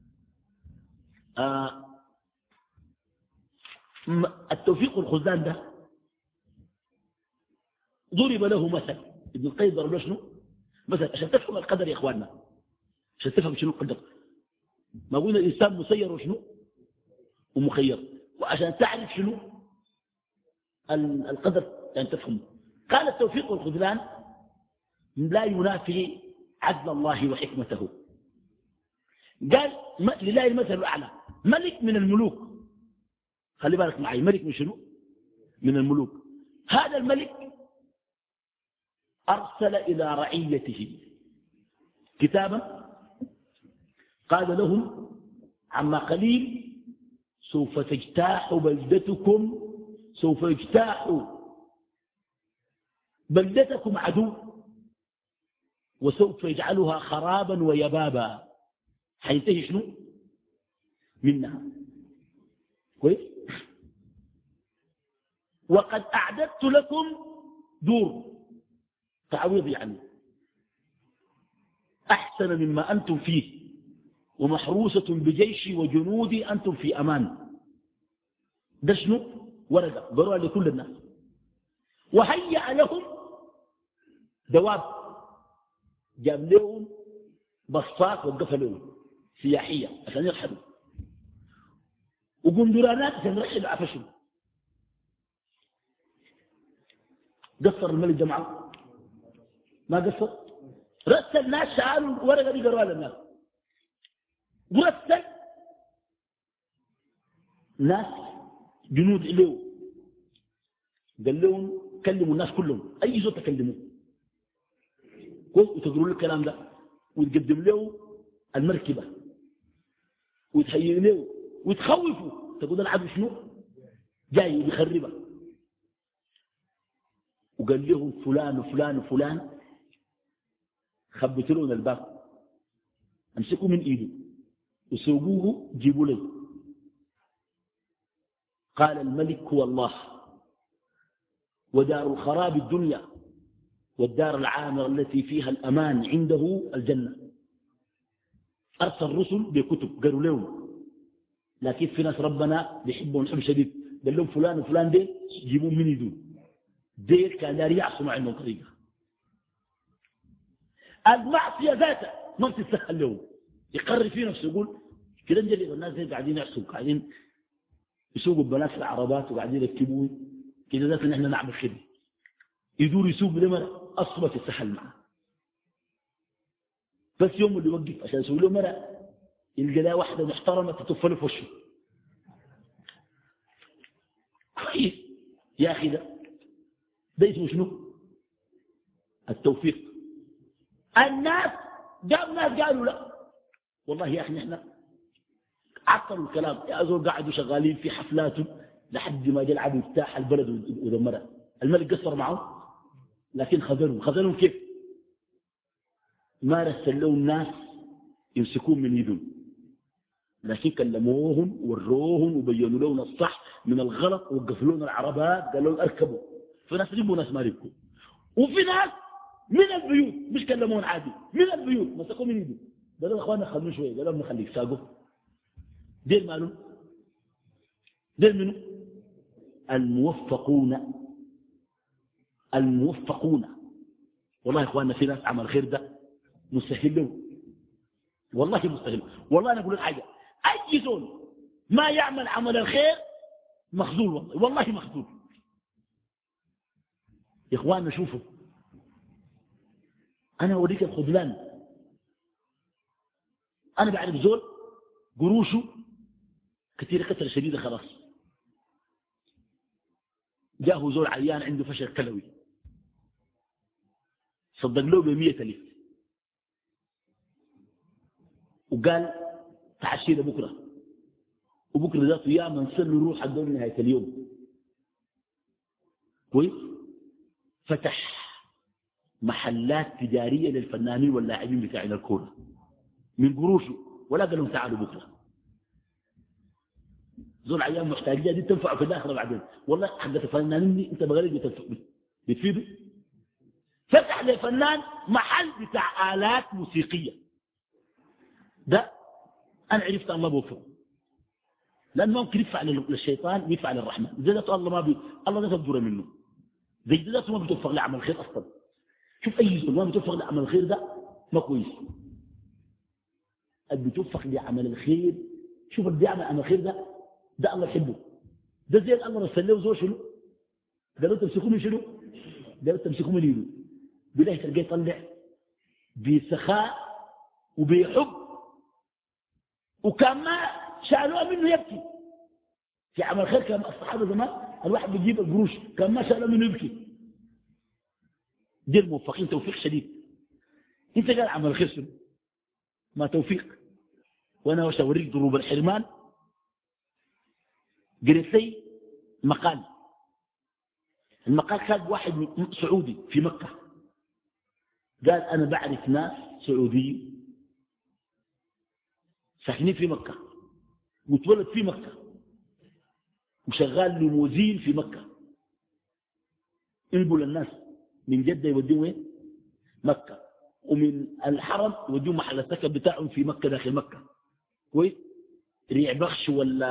التوفيق والخذلان ده ضرب له مثل. ابن القيم ضرب له شنو مثل عشان تفهم القدر يا اخواننا، عشان تفهم شنو القدر. ما قلنا الانسان مسير وشنو ومخير، وعشان تعرف شنو القدر يعني تفهم. قال التوفيق والخذلان لا ينافي عدل الله وحكمته. قال لله المثل الاعلى. ملك من الملوك، خلي بالك معي، ملك من شنو من الملوك. هذا الملك أرسل إلى رعيته كتابا قال لهم عما قليل سوف تجتاح بلدتكم سوف يجتاح بلدتكم عدو وسوف يجعلها خرابا ويبابا. حينتهي شنو منها؟ كويس. وقد أعددت لكم دور تعويض يعني أحسن مما أنتم فيه، ومحروسة بجيشي وجنودي، أنتم في أمان. ده شنو؟ ورقة قرأ لكل الناس. وهيأ لهم دواب، جاب لهم بساط وقف لهم سياحية عشان يرحلوا، وقندرانات عشان يرحلوا عفشهم. قصر الملك جمعه؟ ما قصر. رسل الناس شعاروا الورقة دي قرأ للناس، ورسل ناس جنود إليه قال لهم كلموا الناس كلهم، أي زول تكلموا وتقولوا له الكلام ده، وتقدم له المركبة وتهيئ له وتخوفوا، تقول العدو شنو جاي بيخربها. وقال لهم فلان وفلان وفلان خبتوا لهم الباب، امسكوا من ايده وسوقوه جيبوا لي. قال الملك هو الله، ودار الخراب الدنيا، والدار العامرة التي فيها الأمان عنده الجنة. أرسل رسل بكتب قالوا لهم، لكن في ناس ربنا بيحبهم حب شديد، قال لهم فلان وفلان دي جيبوه من يدون، ديل كان داري يعصموا عندهم طريقة. المعصية ذاتها ما بتتسهل له، يقرر في نفسه يقول كده نجلب الناس دي قاعدين يعصوا، قاعدين يسوقوا بنات في العربات وقاعدين يركبوه كده، ذات نحن نعمل خدمة. يدور يسوق لمرأة أصبت تتسهل معه، بس يوم اللي يوقف عشان يسوي له مرأة يلقى لها واحدة محترمة تطفل في وشه. كويس يا أخي، ده اسمه شنو؟ التوفيق. الناس جاب ناس قالوا لا والله يا أخي نحن عطلوا الكلام، يا زول قاعدوا شغالين في حفلاته لحد ما جاء العدو اجتاح البلد ودمرها. الملك قصر معه لكن خذلهم كيف؟ ما رسل لهم الناس يمسكون من يدهم، لكن كلموهم وروهم وبينوا لهم الصح من الغلط، ووقفوا لهم العربات قالوا لهم اركبوا. في ناس ركبوا وناس ما ركبوا، وفي ناس من البيوت مش كلمون عادي، من البيوت مسكوا من يدهم قالوا اخوانا خلونا شويه، قالوا نخليك ساقوا. دير مالهم؟ دير منه؟ الموفقون. والله يا اخواننا في ناس عمل خير ده مستحيل له، والله مستحيل. والله انا اقول لك حاجه، اي زول ما يعمل عمل الخير مخذول، والله مخذول. يا اخواننا شوفوا، انا اوريك الخذلان. انا بعرف زول قروشه كثير كثره شديده، خلاص جاءه زول عيان عنده فشل كلوي، صدق له ب100,000 وقال تعشينا بكره، وبكره ذاته يا من نصلي نروح الدور نهايه اليوم. كويس. فتح محلات تجاريه للفنانين واللاعبين بتاعين الكوره من قروشه، ولا قال لهم تعالوا بكره. زول عيان محتاج دي تنفعه في الاخره بعدين، والله حقت الفنانين دي انت بغير بتفيده. فتح لفنان محل بتاع آلات موسيقية، ده أنا عرفت الله بوفقه، لأنه ممكن يدفع للشيطان ويدفع للرحمن. زي ده الله ده تبدر منه، زي ده ما بتوفق لعمل الخير أصلا. شوف أي زول ما بتوفق لعمل الخير ده ما كويس. اللي بتوفق لعمل الخير، شوف اللي بيعمل عمل الخير ده الله يحبه. ده زي الله رسل له زول شنو؟ قالوا تمسكوا من شنو؟ قالوا تمسكوا من يده، بالله تلقاه يطلع بسخاء وبيحب، وكان ما شالوه منه يبكي. في عمل خير كان الصحابه زمان الواحد بيجيب القروش كان ما شالوه منه يبكي. دي الموفقين توفيق شديد. انت قال عمل خير شنو؟ ما توفيق. وانا اوريك ضروب الحرمان. قريت لي مقال المقال كان واحد سعودي في مكة، قال أنا بعرف ناس سعوديين ساكنين في مكة وتولد في مكة وشغال ليموزين في مكة، ينقل الناس من جدة يوديهم وين؟ مكة، ومن الحرم يوديهم محل السكن بتاعهم في مكة داخل مكة. كويس؟ ريع بخش ولا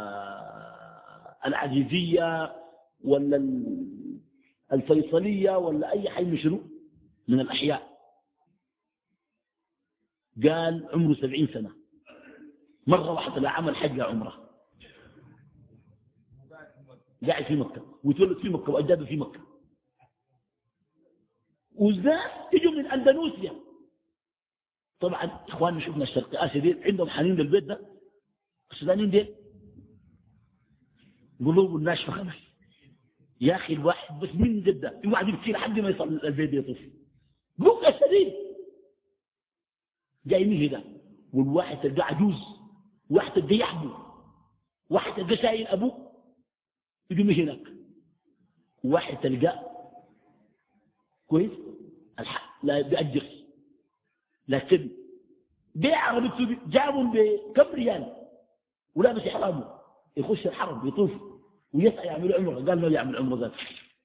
العزيزية ولا الفيصلية ولا أي حي من شنو من الأحياء. قال عمره 70 سنة، مرة واحدة لا عمل حج لا عمره، قاعد في مكة وتولد في مكة وأجداده في مكة. والناس يجوا من أندونيسيا. طبعا إخواننا شفنا الشرق آسيا دي عندهم حنين للبيت ده، السودانيين دي قلوب ناشفة خلاص. يا أخي الواحد بس من جدة يوعد يبكي لحد ما يصل البيت يطوف بكى شديد جاي من هنا. والواحد تلقى عجوز، واحد تلقى يحبو، واحد تلقى شايل أبوه يجي من هناك، واحد تلقى كويس لا بيأجر، لكن بيع عربيته جابهم بكم ريال ولابس إحرامه يخش الحرم يطوف ويسعى يعمل عمره. قال ما يعمل عمره ذات.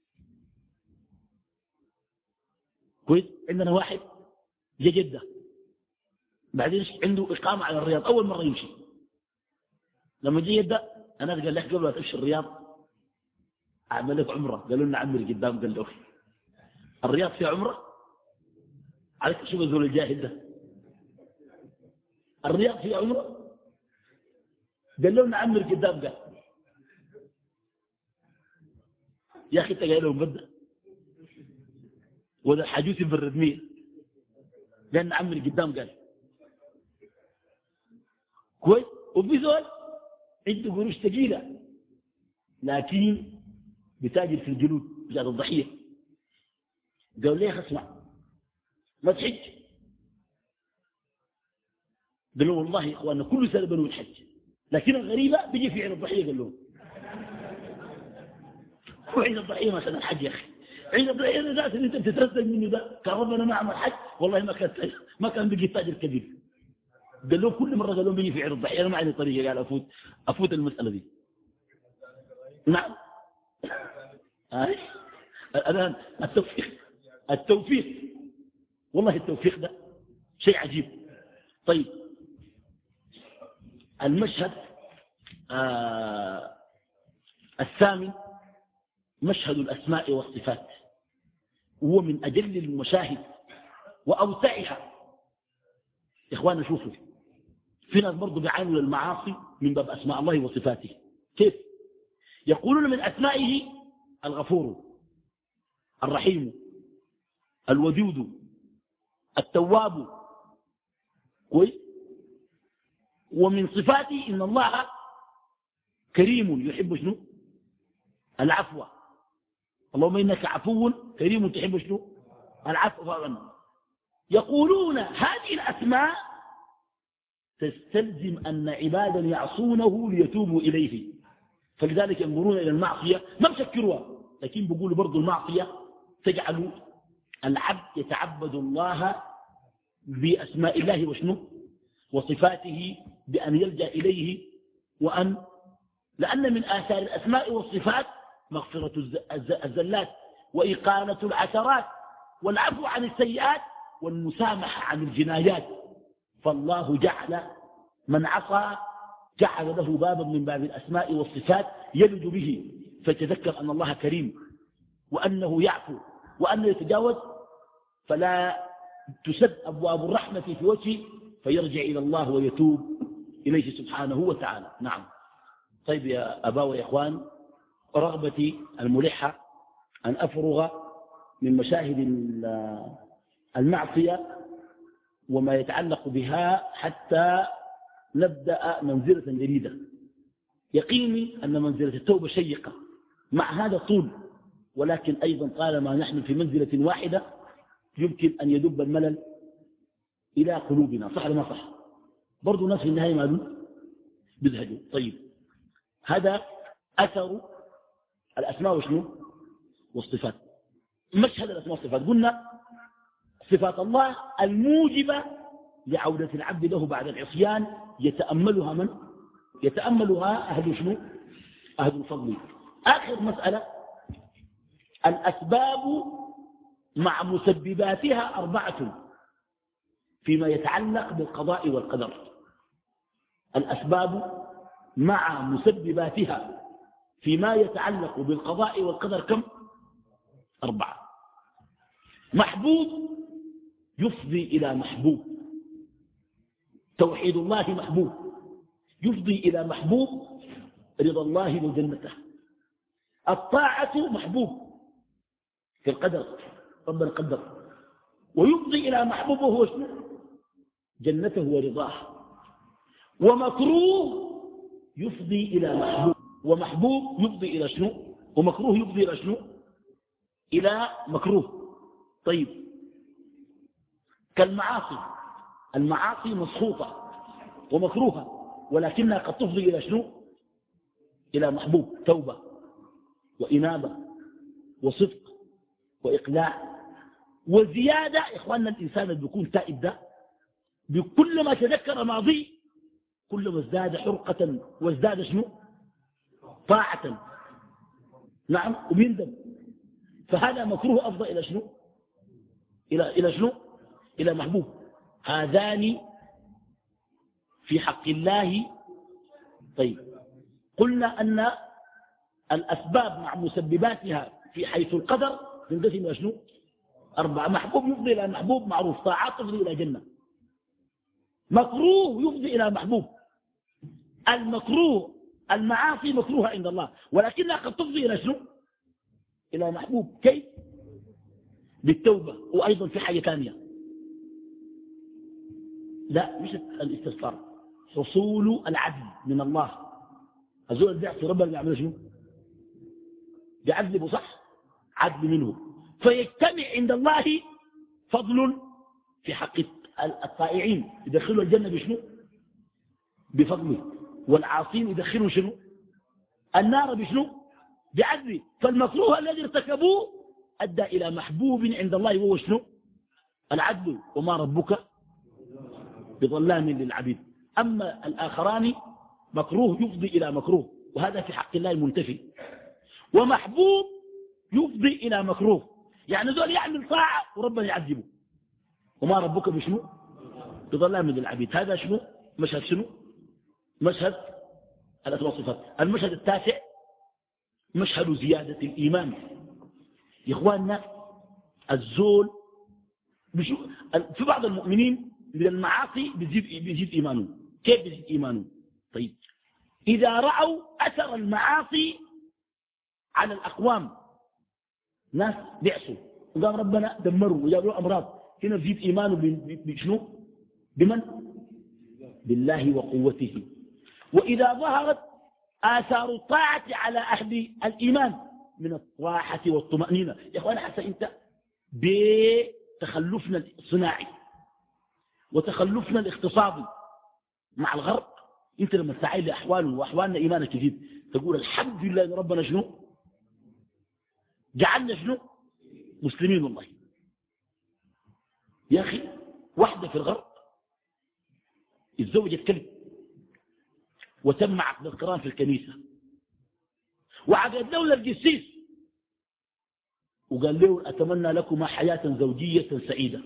كويس؟ عندنا واحد جا جدة بعدين عنده إقامة على الرياض أول مرة يمشي. لما جا جدة أنا قال لك قبل ما تمشي الرياض أعمل لك عمرة. قالوا لنا عمري قدام. قال له الرياض فيها عمرة؟ عليك شو بذول الجاهل ده؟ الرياض فيها عمرة؟ قال لنا عمري قدام. قال يا أخي تقال لهم بدأ وذا الحجوث بالردمية لأن عمري قدام. قال كويس. وفي ذول عنده قروش ثقيلة لكن بتاجر في الجلود بتاعت الضحية. قالوا ليه اسمع ما تحج؟ قالوا والله يا اخواننا كل سنه بنو الحج لكن الغريبه بيجي في عيد الضحيه. قال لهم هو عيد الضحيه ما سنه الحج يا اخي. عيد الضحيه الناس اللي انت بتترزق منه ده كان ربنا ما عمل حج والله ما كان بيجي تاجر كبير. قال لهم كل مره قال لهم بيجي في عيد الضحيه انا ما عندي طريقه. قال افوت المساله دي. نعم الان التوفيق والله التوفيق ده شيء عجيب. طيب المشهد الثامن مشهد الأسماء والصفات، وهو من أجل المشاهد وأوسعها. إخوانا شوفوا في ناس برضو بيعانوا للمعاصي من باب أسماء الله وصفاته. كيف؟ يقولون من أسمائه الغفور الرحيم الودود التواب. كويس؟ ومن صفاته إن الله كريم يحب شنو؟ العفو. اللهم إنك عفو كريم تحب شنو؟ العفو. يقولون هذه الأسماء تستلزم أن عبادا يعصونه ليتوبوا إليه، فلذلك ينظرون إلى المعصية ما بشكروها، لكن بيقولوا برضو المعصية تجعل العبد يتعبد الله بأسماء الله وشنو وصفاته بأن يلجأ إليه لأن من آثار الأسماء والصفات مغفرة الزلات وإقامة العثرات والعفو عن السيئات والمسامحة عن الجنايات. فالله جعل من عصى جعل له بابا من باب الأسماء والصفات يلج به، فيتذكر أن الله كريم وأنه يعفو وأنه يتجاوز، فلا تسد أبواب الرحمة في وجهه فيرجع إلى الله ويتوب إليه سبحانه وتعالى. نعم. طيب يا أبا ويا إخوان، رغبتي الملحة أن أفرغ من مشاهد المعصية وما يتعلق بها حتى نبدأ منزلة جديدة. يقيني أن منزلة التوبة شيقة مع هذا طول، ولكن أيضا طالما نحن في منزلة واحدة يمكن أن يدب الملل إلى قلوبنا. صح ولا ما صح؟ برضو ناس في النهاية ما بيزهجوا. طيب هذا أثر الأسماء وشنو والصفات. مشهد الأسماء والصفات قلنا صفات الله الموجبة لعودة العبد له بعد العصيان يتأملها من؟ يتأملها أهل شنو؟ أهل الفضل. آخر مسألة الأسباب مع مسبباتها 4 فيما يتعلق بالقضاء والقدر. الأسباب مع مسبباتها فيما يتعلق بالقضاء والقدر كم؟ 4. محبوب يفضي إلى محبوب. توحيد الله محبوب يفضي إلى محبوب رضا الله وجنته. الطاعة محبوب في القدر ربنا قدر ويفضي إلى محبوب وهو شنو؟ جنته ورضاه. ومكروه يفضي إلى محبوب ومحبوب يفضي إلى شنو؟ ومكروه يفضي إلى شنو؟ إلى مكروه. طيب كالمعاصي، المعاصي مسخوطة ومكروهة ولكنها قد تفضي إلى شنو؟ إلى محبوب، توبة وإنابة وصدق وإقلاع وزيادة. إخواننا الإنسان اللي بيكون تائب ده بكل ما تذكر ماضيه كل ما ازداد حرقة وازداد شنو؟ طاعة. نعم وبيندم. فهذا مكروه أفضل إلى شنو؟ إلى شنو؟ إلى محبوب. هذان في حق الله. طيب قلنا أن الأسباب مع مسبباتها في حيث القدر تنقسم إلى شنو؟ 4. محبوب يفضي إلى محبوب معروف، طاعات تفضي إلى جنة. مكروه يفضي إلى محبوب. المكروه المعاصي مكروهة عند الله ولكنها قد تفضي إلى شنو؟ إلى محبوب. كيف؟ بالتوبة. وأيضا في حاجة ثانية، لا مش الاستغفار، حصول العدل من الله. الزول اللي بيعصي ربنا بيعمل شنو؟ بيعذبه صح؟ عدل منه. فيجتمع عند الله فضل في حق الطائعين يدخلوا الجنة بشنو؟ بفضله. والعاصين يدخلوا شنو؟ النار بشنو؟ بعدل. فالمكروه الذي ارتكبوه أدى إلى محبوب عند الله وهو شنو؟ العدل. وما ربك بظلام للعبيد. أما الآخران مكروه يفضي إلى مكروه وهذا في حق الله منتفي. ومحبوب يفضي إلى مكروه، يعني ذول يعمل طاعة وربنا يعذبه. وما ربك بشنو؟ بظلام للعبيد. هذا شنو؟ مشهد شنو؟ مشهد الأسماء والصفات. المشهد التاسع مشهد زيادة الإيمان. يا إخواننا الزول في بعض المؤمنين من المعاصي بيزيد إيمانه. كيف بيزيد إيمانه؟ طيب إذا رأوا أثر المعاصي على الأقوام، ناس بيعصوا وقام ربنا دمروا وجاب له أمراض، هنا بيزيد إيمانه بشنو؟ بمن؟ بالله وقوته. وإذا ظهرت آثار الطاعة على أهل الإيمان من الراحة والطمأنينة. يا أخوانا حتى أنت بتخلفنا الصناعي وتخلفنا الاقتصادي مع الغرب، أنت لما تستعين لأحواله وأحوالنا إيمانك يزيد، تقول الحمد لله إن ربنا شنو؟ جعلنا شنو؟ مسلمين. والله يا أخي واحدة في الغرب اتزوجت كلب وتم عقد القران في الكنيسة وعقد له القسيس وقال له أتمنى لكم حياة زوجية سعيدة.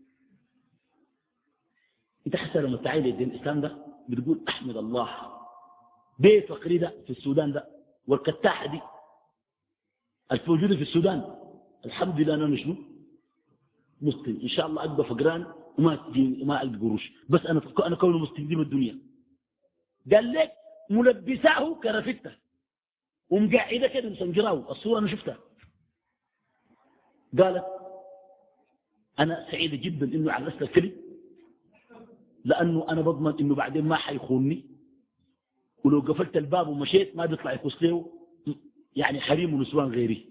انت حتى لما تعالي الدين الإسلام ده بتقول أحمد الله بيت فقري ده في السودان ده والكتاحة دي الموجودة في السودان، الحمد لله أنا شنو؟ مسلم. إن شاء الله أبقى فقران وما ألقى قروش، بس أنا كونه مسلم دي من الدنيا. قال لك ملبساه كرفتة ومقعدة كده مسنجراه، الصورة أنا شفتها. قالت أنا سعيدة جدا إنه عرست الكلب لأنه أنا بضمن إنه بعدين ما حيخونني، ولو قفلت الباب ومشيت ما بيطلع يقص له يعني حريم ونسوان غيري.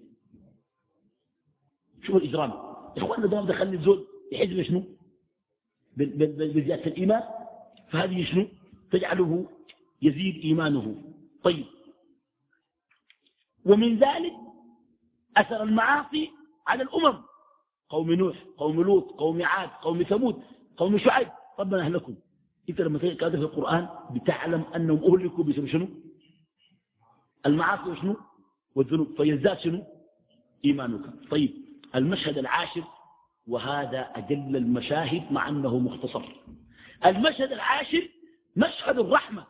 شوف الإجرام يا إخواننا، ده خلي الزول يحز بشنو؟ بزيادة الإيمان. فهذه شنو؟ تجعله يزيد إيمانه. طيب ومن ذلك أثر المعاصي على الأمم، قوم نوح، قوم لوط، قوم عاد، قوم ثمود، قوم شعيب، ربنا أهلكم. انت لما تقرأ في القرآن بتعلم أنهم أهلكوا بسبب شنو؟ المعاصي وشنو؟ والذنوب، فيزداد شنو؟ إيمانك. طيب المشهد العاشر، وهذا أجل المشاهد مع أنه مختصر. المشهد العاشر مشهد الرحمة.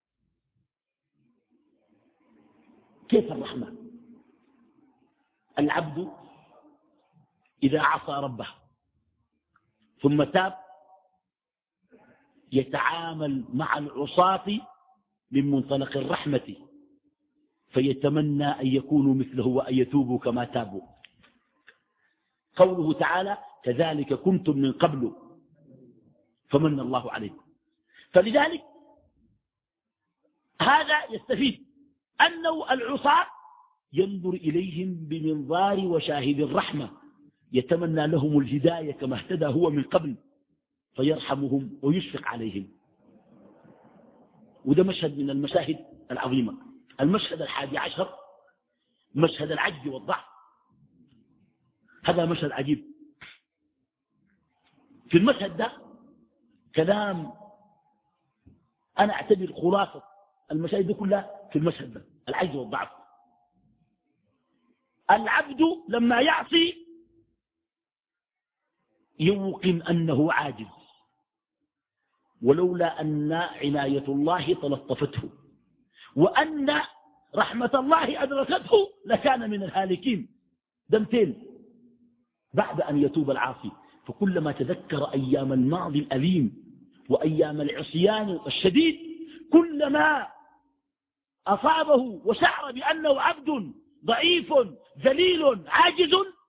كيف الرحمة؟ العبد إذا عصى ربه ثم تاب يتعامل مع العصاة من منطلق الرحمة، فيتمنى أن يكونوا مثله وأن يتوبوا كما تابوا. قوله تعالى كذلك كنتم من قبل فمن الله عليكم. فلذلك هذا يستفيد أنه العصاة ينظر إليهم بمنظار وشاهد الرحمة، يتمنى لهم الهداية كما اهتدى هو من قبل، فيرحمهم ويشفق عليهم. وده مشهد من المشاهد العظيمة. المشهد 11 مشهد العجز والضعف. هذا مشهد عجيب. في المشهد ده كلام أنا أعتبر خلاصة المشاهد دي كلها في المشهد ده، العجز والضعف. العبد لما يعصي يوقن أنه عاجز، ولولا أن عناية الله تلطفته وأن رحمة الله أدركته لكان من الهالكين. دمتين بعد أن يتوب العاصي. فكلما تذكر أيام الماضي الأليم وأيام العصيان الشديد، كلما أصابه وشعر بأنه عبد ضعيف ذليل عاجز،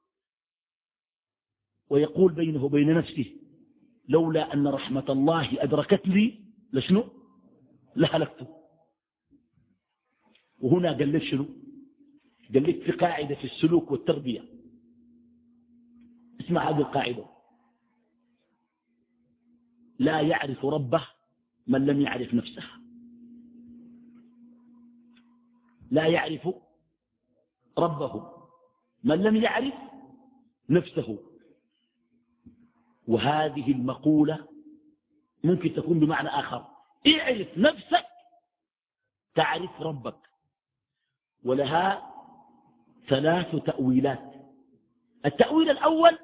ويقول بينه وبين نفسه لولا أن رحمة الله أدركتني لشنو؟ لهلكت. وهنا قال لك شنو؟ قال لك في قاعدة في السلوك والتربية، اسمع هذه القاعدة: لا يعرف ربه من لم يعرف نفسه. لا يعرف ربه من لم يعرف نفسه. وهذه المقولة ممكن تكون بمعنى آخر: اعرف نفسك تعرف ربك. ولها 3 تأويلات. التأويل الأول: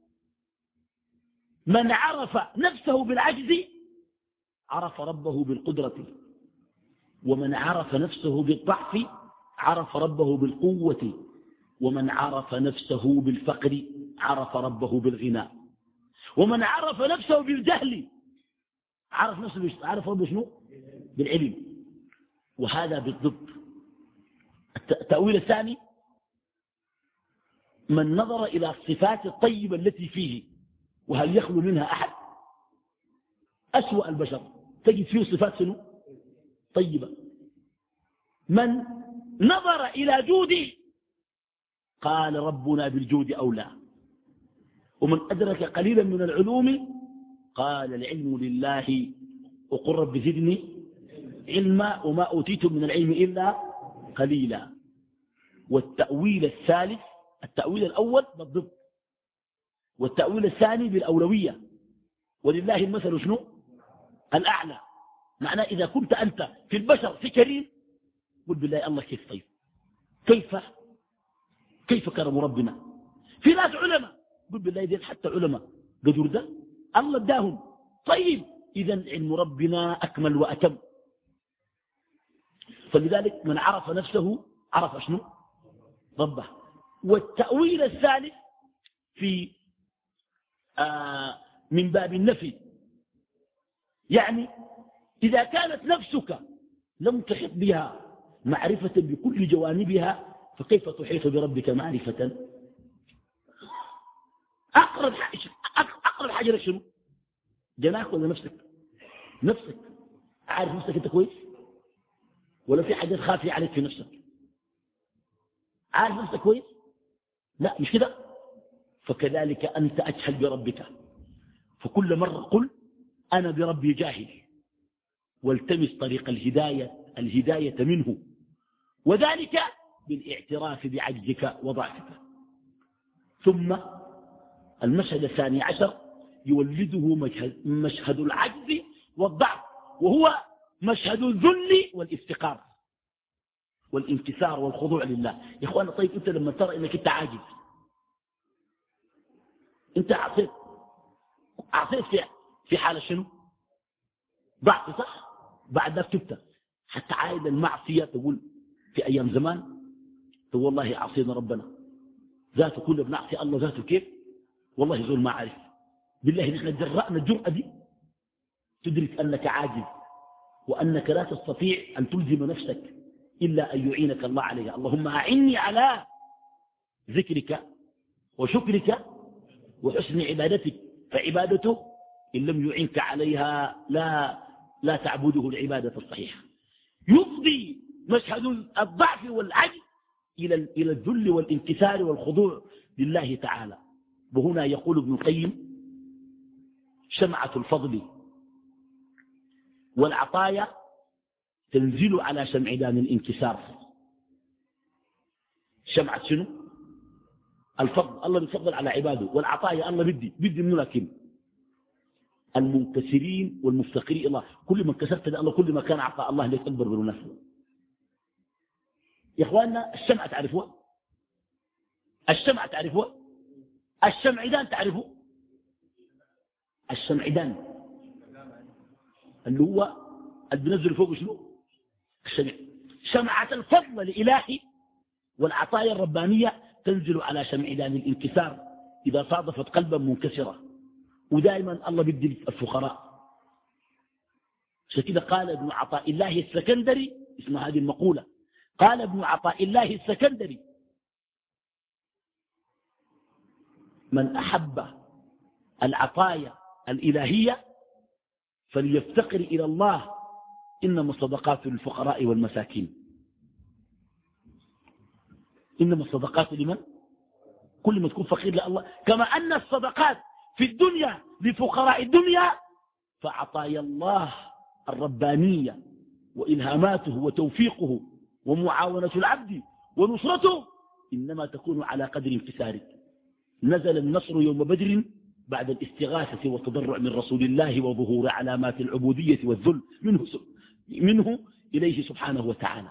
من عرف نفسه بالعجز عرف ربه بالقدرة، ومن عرف نفسه بالضعف عرف ربه بالقوة، ومن عرف نفسه بالفقر عرف ربه بالغنى، ومن عرف نفسه بالجهل عرف ربه شنو؟ بالعلم. وهذا بالضبط. التأويل الثاني: من نظر إلى الصفات الطيبة التي فيه، وهل يخلو منها أحد؟ أسوأ البشر تجد فيه صفات شنو؟ طيبة. من نظر إلى جوده قال ربنا بالجود أولى. ومن أدرك قليلا من العلوم قال العلم لله وقل رب زدني علما وما أوتيتم من العلم إلا قليلا. والتأويل الثالث: التأويل الأول بالضبط، والتأويل الثاني بالأولوية. ولله المثل شنو؟ الأعلى. معناه إذا كنت أنت في البشر في كريم، قل بالله الله كيف طيب، كيف كرم ربنا. في ناس علماء، قل بالله دين حتى علماء قدر ده الله اداهم. طيب إذن علم ربنا أكمل وأتم. فلذلك من عرف نفسه عرف شنو؟ ربه. والتأويل الثالث في من باب النفي، يعني إذا كانت نفسك لم تحط بها معرفة بكل جوانبها فكيف تحيط بربك معرفة؟ أقرب حاجة لك شنو؟ جناك ولا نفسك؟ نفسك. عارف نفسك أنت كويس؟ ولا في حاجات خافية عليك في نفسك؟ عارف نفسك كويس؟ لا مش كده. فكذلك أنت أجهل بربك. فكل مرة قل أنا بربي جاهل، والتمس طريق الهداية منه، وذلك بالاعتراف بعجزك وضعفك. ثم المشهد الثاني عشر يولده مشهد العجز والضعف، وهو مشهد الذل والافتقار والانكسار والخضوع لله. يا اخوانا، طيب انت لما ترى انك انت عاجز، انت عصيت في حالة شنو؟ ضعف، صح؟ بعد ذلك تبت حتى عايد المعصية، تقول في أيام زمان تقول والله عصينا ربنا ذاته، كل بنعصي الله ذاته كيف؟ والله زول ما عارف. بالله نحن جرأنا الجرأة دي، تدرك أنك عاجز وأنك لا تستطيع أن تلزم نفسك إلا أن يعينك الله عليها. اللهم أعني على ذكرك وشكرك وحسن عبادتك، فعبادته إن لم يعنك عليها لا تعبده العبادة الصحيحة. يفضي مشهد الضعف والعجز إلى الذل والانكسار والخضوع لله تعالى. وهنا يقول ابن القيم: شمعة الفضل والعطايا تنزل على شمعدان الانكسار. شمعة شنو؟ الفضل، الله بيفضل على عباده، والعطايا الله بدي منه، لكن المنكسرين والمفتقرين الله، كل ما انكسرت الله كل ما كان عطاء الله لك أكبر بالمناسبة. يا إخواننا، الشمعة تعرفوها؟ الشمعة تعرفوها؟ الشمعدان تعرفوه؟ الشمعدان اللي هو اللي بنزل فوق شنو؟ شمعة الفضل الإلهي والعطايا الربانية تنزل على شمعدان الانكسار إذا صادفت قلبا منكسرة، ودائما الله بدي الفقراء. عشان كده قال ابن عطاء الله السكندري، اسم هذه المقولة، قال ابن عطاء الله السكندري: من أحب العطايا الإلهية فليفتقر إلى الله، إنما الصدقات للفقراء والمساكين. إنما الصدقات لمن؟ كل ما تكون فقير لله. كما أن الصدقات في الدنيا لفقراء الدنيا، فعطايا الله الربانية وإلهاماته وتوفيقه ومعاونة العبد ونصرته إنما تكون على قدر انكسارك. نزل النصر يوم بدر بعد الاستغاثة والتضرع من رسول الله وظهور علامات العبودية والذل منه إليه سبحانه وتعالى.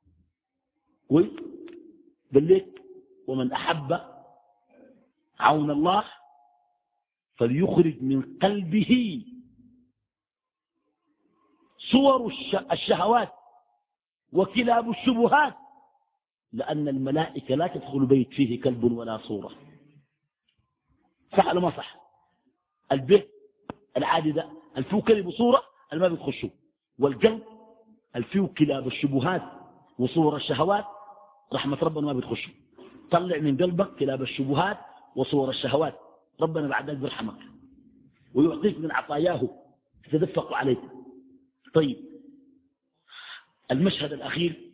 قال لك: ومن أحب عون الله فليخرج من قلبه صور الشهوات وكلاب الشبهات، لأن الملائكة لا تدخل بيت فيه كلب ولا صورة. صح ولا ما صح؟ البيت العادي ده الفيه كلب وصورة ما بتخشوا، والقلب الفيه كلاب الشبهات وصور الشهوات رحمة ربنا ما بتخشوا. طلع من قلبك كلاب الشبهات وصور الشهوات، ربنا بعد ذلك بيرحمك ويعطيك من عطاياه تتدفق عليك. طيب، المشهد الأخير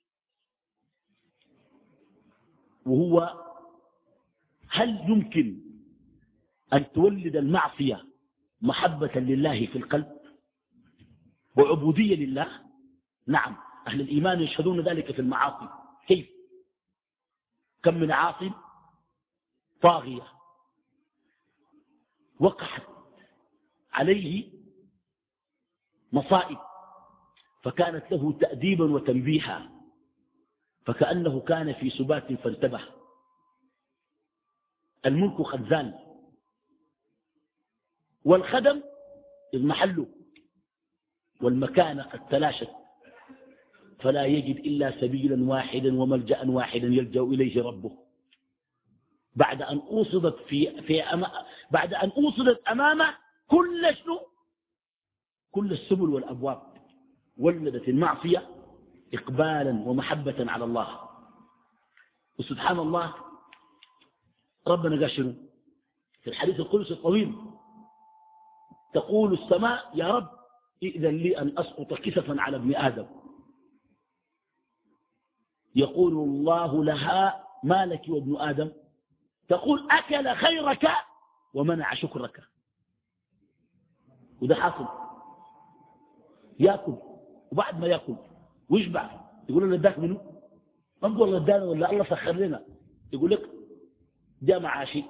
وهو: هل يمكن أن تولد المعصية محبة لله في القلب وعبودية لله؟ نعم، أهل الإيمان يشهدون ذلك في المعاصي. كيف؟ كم من عاصي طاغية وقعت عليه مصائب فكانت له تأديبا وتنبيها، فكأنه كان في سبات فانتبه. الملك قد زال والخدم اضمحله والمكان قد تلاشت، فلا يجد إلا سبيلا واحدا وملجأ واحدا يلجأ إليه ربه. بعد أن أوصدت أمامه كل السبل والأبواب، ولدت المعصية إقبالا ومحبة على الله. وسبحان الله، ربنا قال شنو في الحديث القدسي الطويل؟ تقول السماء: يا رب إذن لي أن أسقط كسفا على ابن آدم. يقول الله لها: ما لك وابن آدم؟ تقول: أكل خيرك ومنع شكرك. وده حاصل، يأكل وبعد ما يأكل ويشبع يقول له: اداك منه؟ ما نقول الله ادانا ولا الله سخر لنا. يقول لك ده معاشي،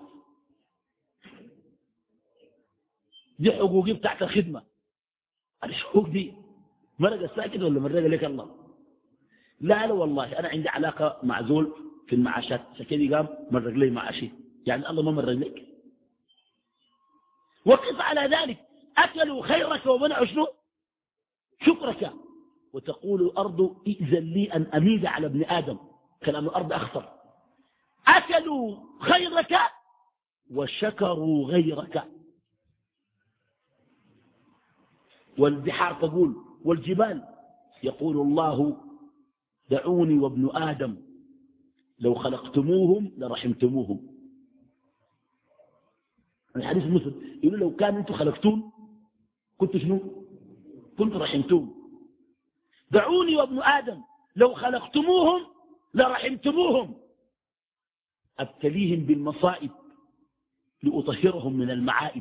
دي حقوقي بتاعت الخدمة. الحقوق دي مرق ساكت ولا مرق لك الله؟ لا والله أنا عندي علاقة مع زول في المعاشات، سكيني قام مرق لي معاشي، يعني الله ما مرق لك. وقف على ذلك، أكلوا خيرك ومنعوا شنو؟ شكرك. وتقول الأرض ائذن لي أن أميد على ابن آدم، كلام الأرض أخطر. أكلوا خيرك وشكروا غيرك. والبحار تقول والجبال يقول الله دعوني وابن آدم لو خلقتموهم لرحمتموهم. الحديث المسلم يقول لو كان انتم خلقتون كنت شنو؟ كنت رحمتوهم. دعوني وابن آدم لو خلقتموهم لرحمتموهم. أبتليهم بالمصائب لأطهرهم من المعائب،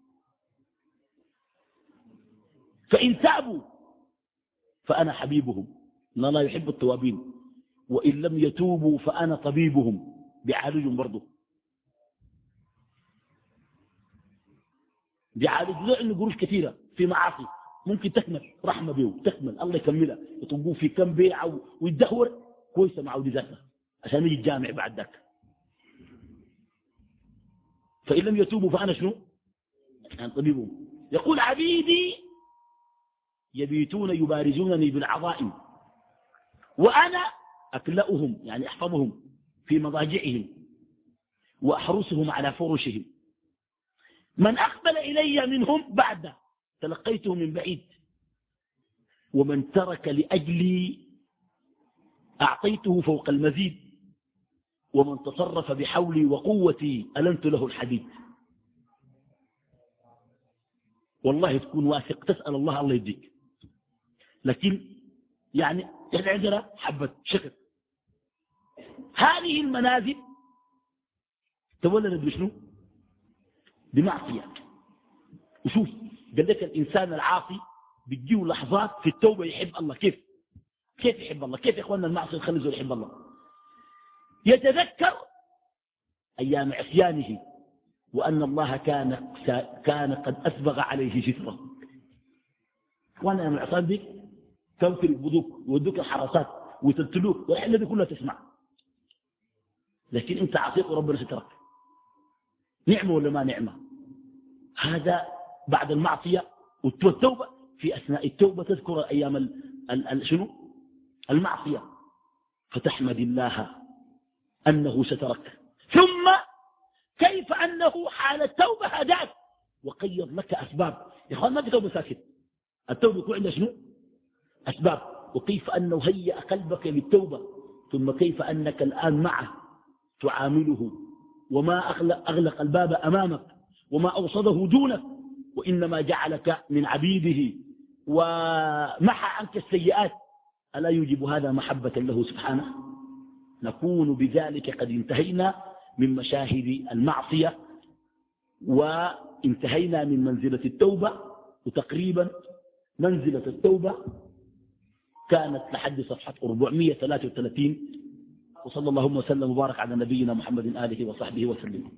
فإن تابوا فأنا حبيبهم، إن الله يحب التوابين، وإن لم يتوبوا فأنا طبيبهم، بيعالجهم برضه. بيعالج له إنه قروش كثيرة في معاصي ممكن تكمل رحمة به، تكمل الله يكملها، يطبوه في كم بيعة ويدهور كويسة معه دي ذاتها عشان يجي الجامع بعد ذاك. فإن لم يتوبوا فأنا شنو؟ أنا طبيبهم. يقول عبيدي يبيتون يبارزونني بالعظائم وأنا أكلأهم، يعني أحفظهم في مضاجعهم وأحرسهم على فرشهم. من أقبل إلي منهم بعد تلقيته من بعيد، ومن ترك لأجلي أعطيته فوق المزيد، ومن تصرف بحولي وقوتي ألنت له الحديد. والله تكون واثق تسأل الله الله يديك، لكن يعني عندنا حبة شكر. هذه المنازل تولدت بشنو؟ بمعصية. وشوف قال لك الإنسان العاصي بيجيه لحظات في التوبة يحب الله. كيف يحب الله؟ كيف يا إخواننا المعصية تخلي زول يحب الله؟ يتذكر أيام عصيانه وأن الله كان قد أسبغ عليه ستره. وأنا من العصيان دي تنفر بدوك ويودوك الحراسات ويتلتلوك والحلة دي كلها تسمع، لكن أنت عصيت وربنا سترك. نعمة ولا ما نعمة؟ هذا بعد المعصية. والتوبة في أثناء التوبة تذكر أيام شنو؟ المعصية، فتحمد الله أنه سترك. ثم كيف أنه حال التوبة هداك وقيض لك أسباب. يا أخوان ما في توبة ساكت، التوبة يكون عندها شنو؟ أسباب. وكيف أنه هيأ قلبك للتوبة، ثم كيف أنك الآن معه تعامله، وما أغلق الباب أمامك وما أوصده دونك، وإنما جعلك من عبيده ومحى عنك السيئات. ألا يوجب هذا محبة له سبحانه؟ نكون بذلك قد انتهينا من مشاهد المعصية وانتهينا من منزلة التوبة. وتقريبا منزلة التوبة كانت لحد صفحة 433. وصلى اللهم وسلم وبارك على نبينا محمد آله وصحبه وسلم.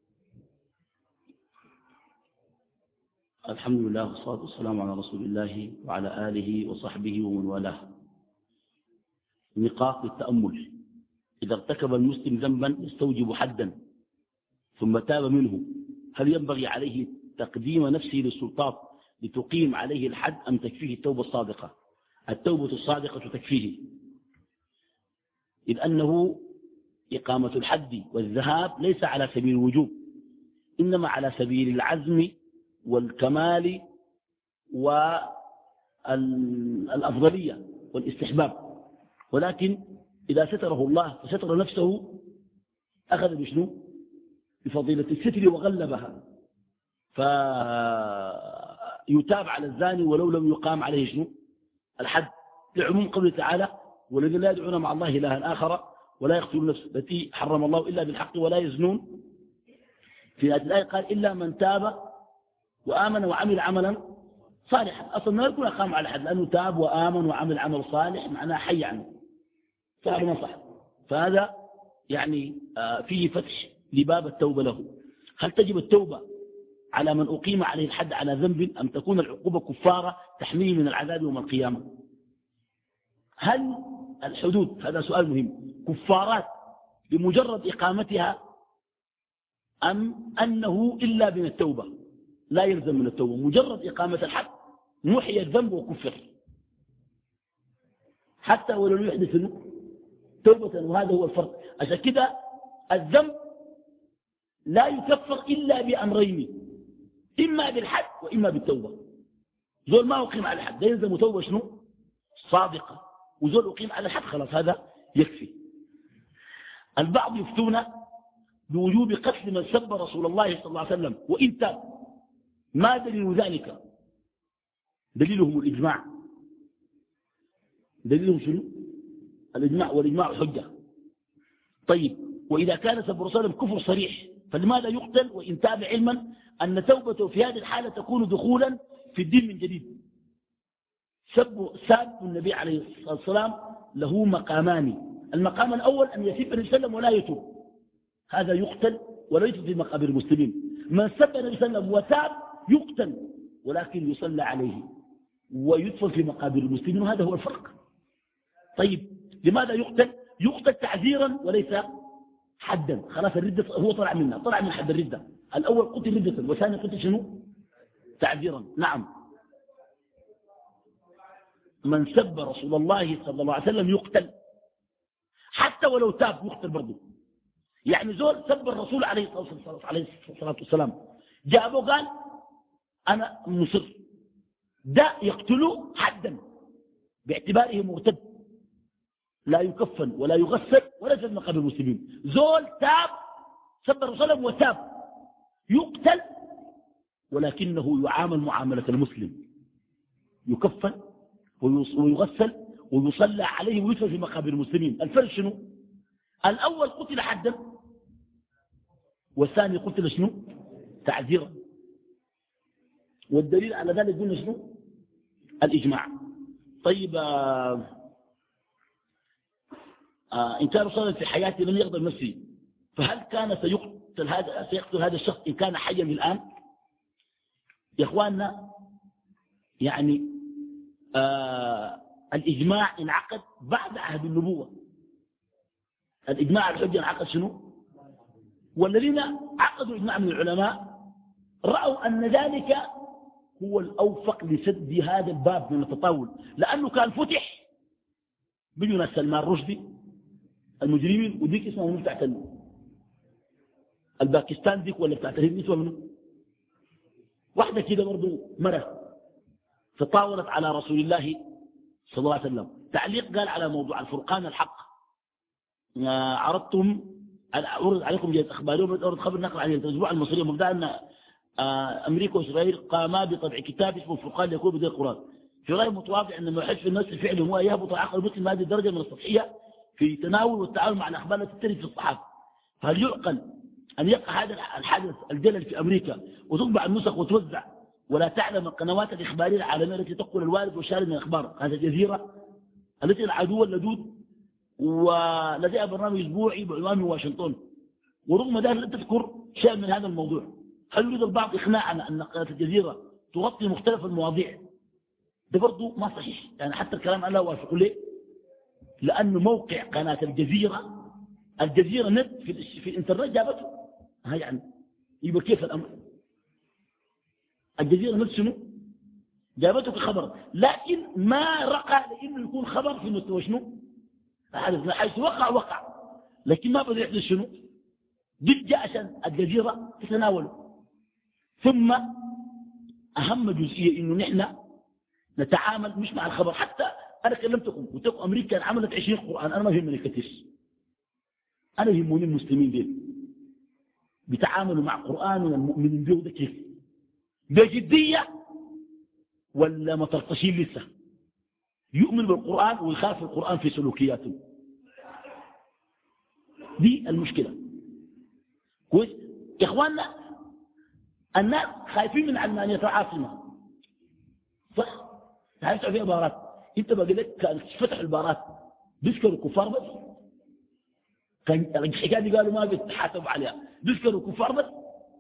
الحمد لله والصلاة والسلام على رسول الله وعلى آله وصحبه ومن والاه. نقاط للتأمل. إذا ارتكب المسلم ذنبا يستوجب حدا ثم تاب منه، هل ينبغي عليه تقديم نفسه للسلطات لتقيم عليه الحد أم تكفيه التوبة الصادقة؟ التوبة الصادقة تكفيه، إذ أنه إقامة الحد والذهاب ليس على سبيل الوجوب، إنما على سبيل العزم والكمال والأفضلية والاستحباب. ولكن إذا ستره الله فستر نفسه أخذ بشنو؟ بفضيلة الستر وغلبها، فيتاب على الزاني ولو لم يقام عليه شنو؟ الحد، لعموم قوله تعالى والذين لا يدعون مع الله إلها آخر ولا يقتلون النفس التي حرم الله إلا بالحق ولا يزنون. في هذه الآية قال إلا من تاب وآمن وعمل عملا صالحا. أصلا ما يكون أقام على حد، لأنه تاب وآمن وعمل عمل صالح معناه حي عنه، فهذا ما صح. فهذا يعني فيه فتح لباب التوبة له. هل تجب التوبة على من أقيم عليه الحد على ذنب أم تكون العقوبة كفارة تحميه من العذاب يوم القيامة؟ هل الحدود، هذا سؤال مهم، كفارات بمجرد إقامتها أم أنه إلا من التوبة لا يلزم من التوبة، مجرد إقامة الحد محي الذنب وكفر حتى ولو يحدث توبة، وهذا هو الفرق. عشان كده الذنب لا يكفر إلا بأمرين، إما بالحد وإما بالتوبة. زول ما أقيم على الحد لا يلزم توبة شنو صادقة، وزول أقيم على الحد خلاص هذا يكفي. البعض يفتون بوجوب قتل من سب رسول الله صلى الله عليه وسلم وإن تاب. ما دليل ذلك؟ دليلهم الإجماع. دليلهم شنو؟ الإجماع، والإجماع حجة. طيب وإذا كان سب رسول الله كفر صريح فلماذا يقتل وإن تاب علما أن توبته في هذه الحالة تكون دخولا في الدين من جديد؟ ساب النبي عليه الصلاة والسلام له مقامان. المقام الأول أن يسب النبي صلى الله عليه وسلم ولا يتوب، هذا يقتل ولا يتوب في مقابر المسلمين. من سب النبي صلى الله عليه وسلم وتاب يقتل ولكن يصلى عليه ويدفن في مقابر المسلمين، وهذا هو الفرق. طيب لماذا يقتل؟ يقتل تعزيرا وليس حدا. خلاص الردة هو طلع منها، طلع من حد الردة. الأول قتل ردة والثاني قتل شنو؟ تعزيرا. نعم. من سب رسول الله صلى الله عليه وسلم يقتل حتى ولو تاب، يقتل برضه. يعني زول سب الرسول عليه الصلاة والسلام، جابه قال أنا مصر، ده يقتله حدا باعتباره مرتد، لا يكفن ولا يغسل ولا يجد مقابر المسلمين. زول تاب سب الرسول وتاب يقتل، ولكنه يعامل معاملة المسلم، يكفن ويغسل ويصلى عليه ويدفن في مقابر المسلمين. الفرق شنو؟ الأول قتل حدا والثاني قتل شنو؟ تعزيرا. والدليل على ذلك قلنا شنو؟ الإجماع. طيب إن كان رسولا في حياته لم يقدر نفسه، فهل كان سيقتل هذا الشخص إن كان حيا الآن؟ يا إخواننا يعني الإجماع انعقد بعد عهد النبوة. الإجماع الحجة انعقد شنو؟ والذين عقدوا الإجماع من العلماء رأوا أن ذلك هو الأوفق لسد هذا الباب من التطاول، لأنه كان فتح بيجونا سلمان رشدي المجرمين، وديك اسمه من بتاعت الباكستان ديك ولا بتاعت الهند اسمه منه، واحدة كده برضو مرة تطاولت على رسول الله صلى الله عليه وسلم. تعليق قال على موضوع الفرقان الحق، عرضتم أورد عليكم جهة أخباري وأورد خبر نقل عن الأسبوع المصري مبدأ أن أمريكا وإسرائيل قاما بطبع كتاب اسمه الفرقان يكون بدل القرآن. في رأي متواضع أن ما يحس في الناس الفعل هو يهبط عقل المسلم هذه الدرجة من السطحية في تناول والتعامل مع الأخبار التي ترد في الصحافة. فهل يعقل أن يقع هذا الحدث الجلل في أمريكا وتطبع النسخ وتوزع ولا تعلم القنوات الإخبارية العالمية التي تقول الوارد والشارد من الأخبار؟ هذا الجزيرة التي العدو اللدود ولديها برنامج أسبوعي بعنوان واشنطن، ورغم ذلك لا تذكر شيء من هذا الموضوع. هل يريد البعض إقناعنا أن قناة الجزيرة تغطي مختلف المواضيع؟ ده برضو ما صحيح، يعني حتى الكلام أنا لا أوافق ليه، لأن موقع قناة الجزيرة نت في الإنترنت جابته، ها يعني يبقى كيف الأمر؟ الجزيرة نت شنو؟ جابته كخبر، لكن ما رقى لأنه يكون خبر في مستوى شنو؟ حيث وقع، لكن ما بدأ يحدث شنو؟ جد عشان الجزيرة تتناوله. ثم أهم جزئية إنه نحن نتعامل مش مع الخبر. حتى أنا كلمتكم قلت لكم أمريكا عملت 20 قرآن، أنا ما يهمني كتير، أنا يهموني المسلمين دين بيتعاملوا مع قرآن والمؤمنين به ده كيف؟ بجدية ولا مطرطشين لسه؟ يؤمن بالقرآن ويخاف القرآن في سلوكياته. دي المشكلة. كويس يا إخواننا، الناس خايفين من علمانية العاصمة، صح؟ تعرفوا في عبارات انت بقى لك كان فتح البارات بيذكروا كفار بس، كان الحكاية دي قالوا ما بيتحاسبوا عليها، بيذكروا كفار بس.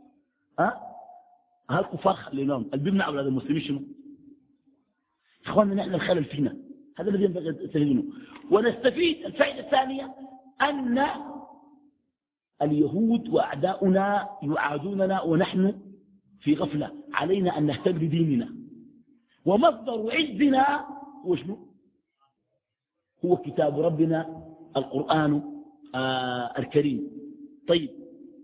هالكفار خليناهم اللي بيمنعوا أولاد المسلمين شنو؟ إخواننا نحن الخلل فينا، هذا الذي ينبغي نستفيد. ونستفيد الفائدة الثانية أن اليهود وأعداؤنا يعادوننا ونحن في غفلة، علينا أن نهتم بديننا، ومصدر عزنا هو شنو؟ هو كتاب ربنا القرآن الكريم. طيب،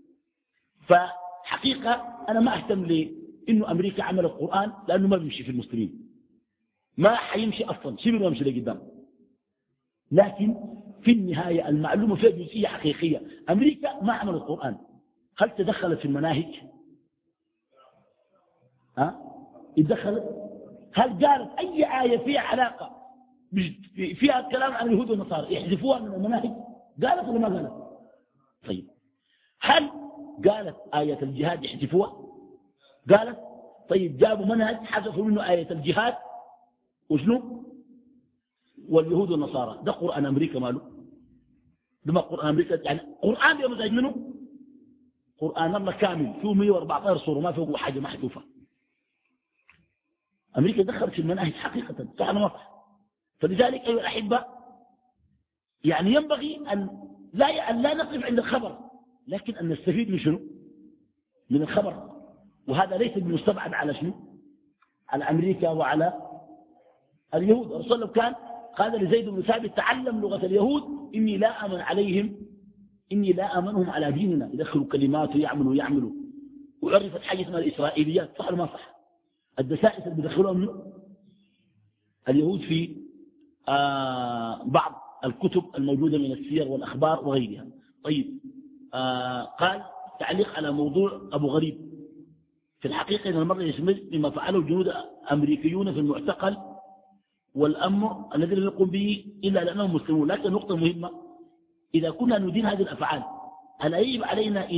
فحقيقة أنا ما أهتم لإنه أمريكا عملت القرآن، لأنه ما بيمشي في المسلمين، ما حيمشي أصلا، شبه ما يمشي لقدام. لكن في النهاية المعلومة فيها جزئية حقيقية. أمريكا ما عملت القرآن، هل تدخلت في المناهج؟ اتدخلت؟ هل قالت أي آية فيها علاقة فيها كلام عن اليهود والنصارى يحذفوها من المناهج؟ قالت ولا ما قالت؟ طيب، هل قالت آية الجهاد يحذفوها؟ قالت. طيب، جابوا منهج حذفوا منه آية الجهاد وشنو؟ واليهود والنصارى. ده قرآن أمريكا ماله؟ ده ما قرآن أمريكا، يعني قرآن بمزاج منه؟ قرآن الله كامل فيه 114 سورة ما فيه حاجة محذوفة. أمريكا دخلت في المناهج حقيقة، صح ولا ما صح؟ فلذلك أيها الأحبة، يعني ينبغي أن لا نقف عند الخبر، لكن أن نستفيد من شنو؟ من الخبر. وهذا ليس بمستبعد على شنو؟ على أمريكا وعلى اليهود. الرسول صلى الله عليه وسلم كان قال لزيد بن ثابت: تعلم لغة اليهود، إني لا أمن عليهم، إني لا أمنهم على ديننا، يدخلوا كلمات ويعملوا. وعرفت حاجة اسمها الإسرائيليات، صح ولا ما صح؟ الدسائس اللي بيدخلوها منه اليهود في بعض الكتب الموجودة من السير والأخبار وغيرها. طيب، قال تعليق على موضوع أبو غريب: في الحقيقة إن المرء يشمل بما فعله جنود أمريكيون في المعتقل والأمر الذي لم يقم به إلا لأنهم مسلمون. لكن نقطة مهمة: إذا كنا ندين هذه الأفعال ألا يجب علينا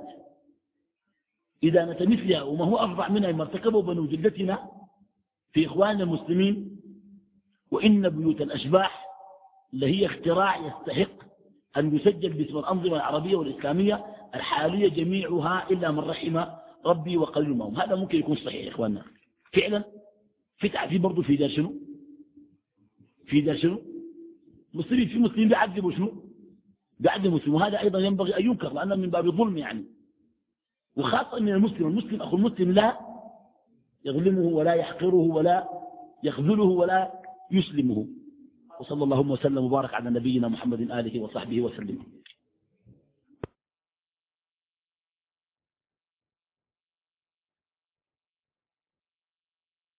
إدانة مثلها وما هو أفظع منها ما ارتكبه بنو جدتنا في إخواننا المسلمين؟ وإن بيوت الأشباح لهي اختراع يستحق أن يسجل باسم الأنظمة العربية والإسلامية الحالية جميعها إلا من رحم ربي وقليل ما هم. هذا ممكن يكون صحيح يا إخواننا فعلا. في تعذيب برضه في دار شنو؟ في دار شنو؟ مسلمين، في مسلمين بيعذبوا شنو؟ بيعذبوا مسلمين، وهذا أيضا ينبغي أن ينكر لأنه من باب الظلم يعني. وخاصة من المسلم أخو المسلم لا يظلمه ولا يحقره ولا يخذله ولا يسلمه. وصلى اللهم وسلم وبارك على نبينا محمد آله وصحبه وسلم.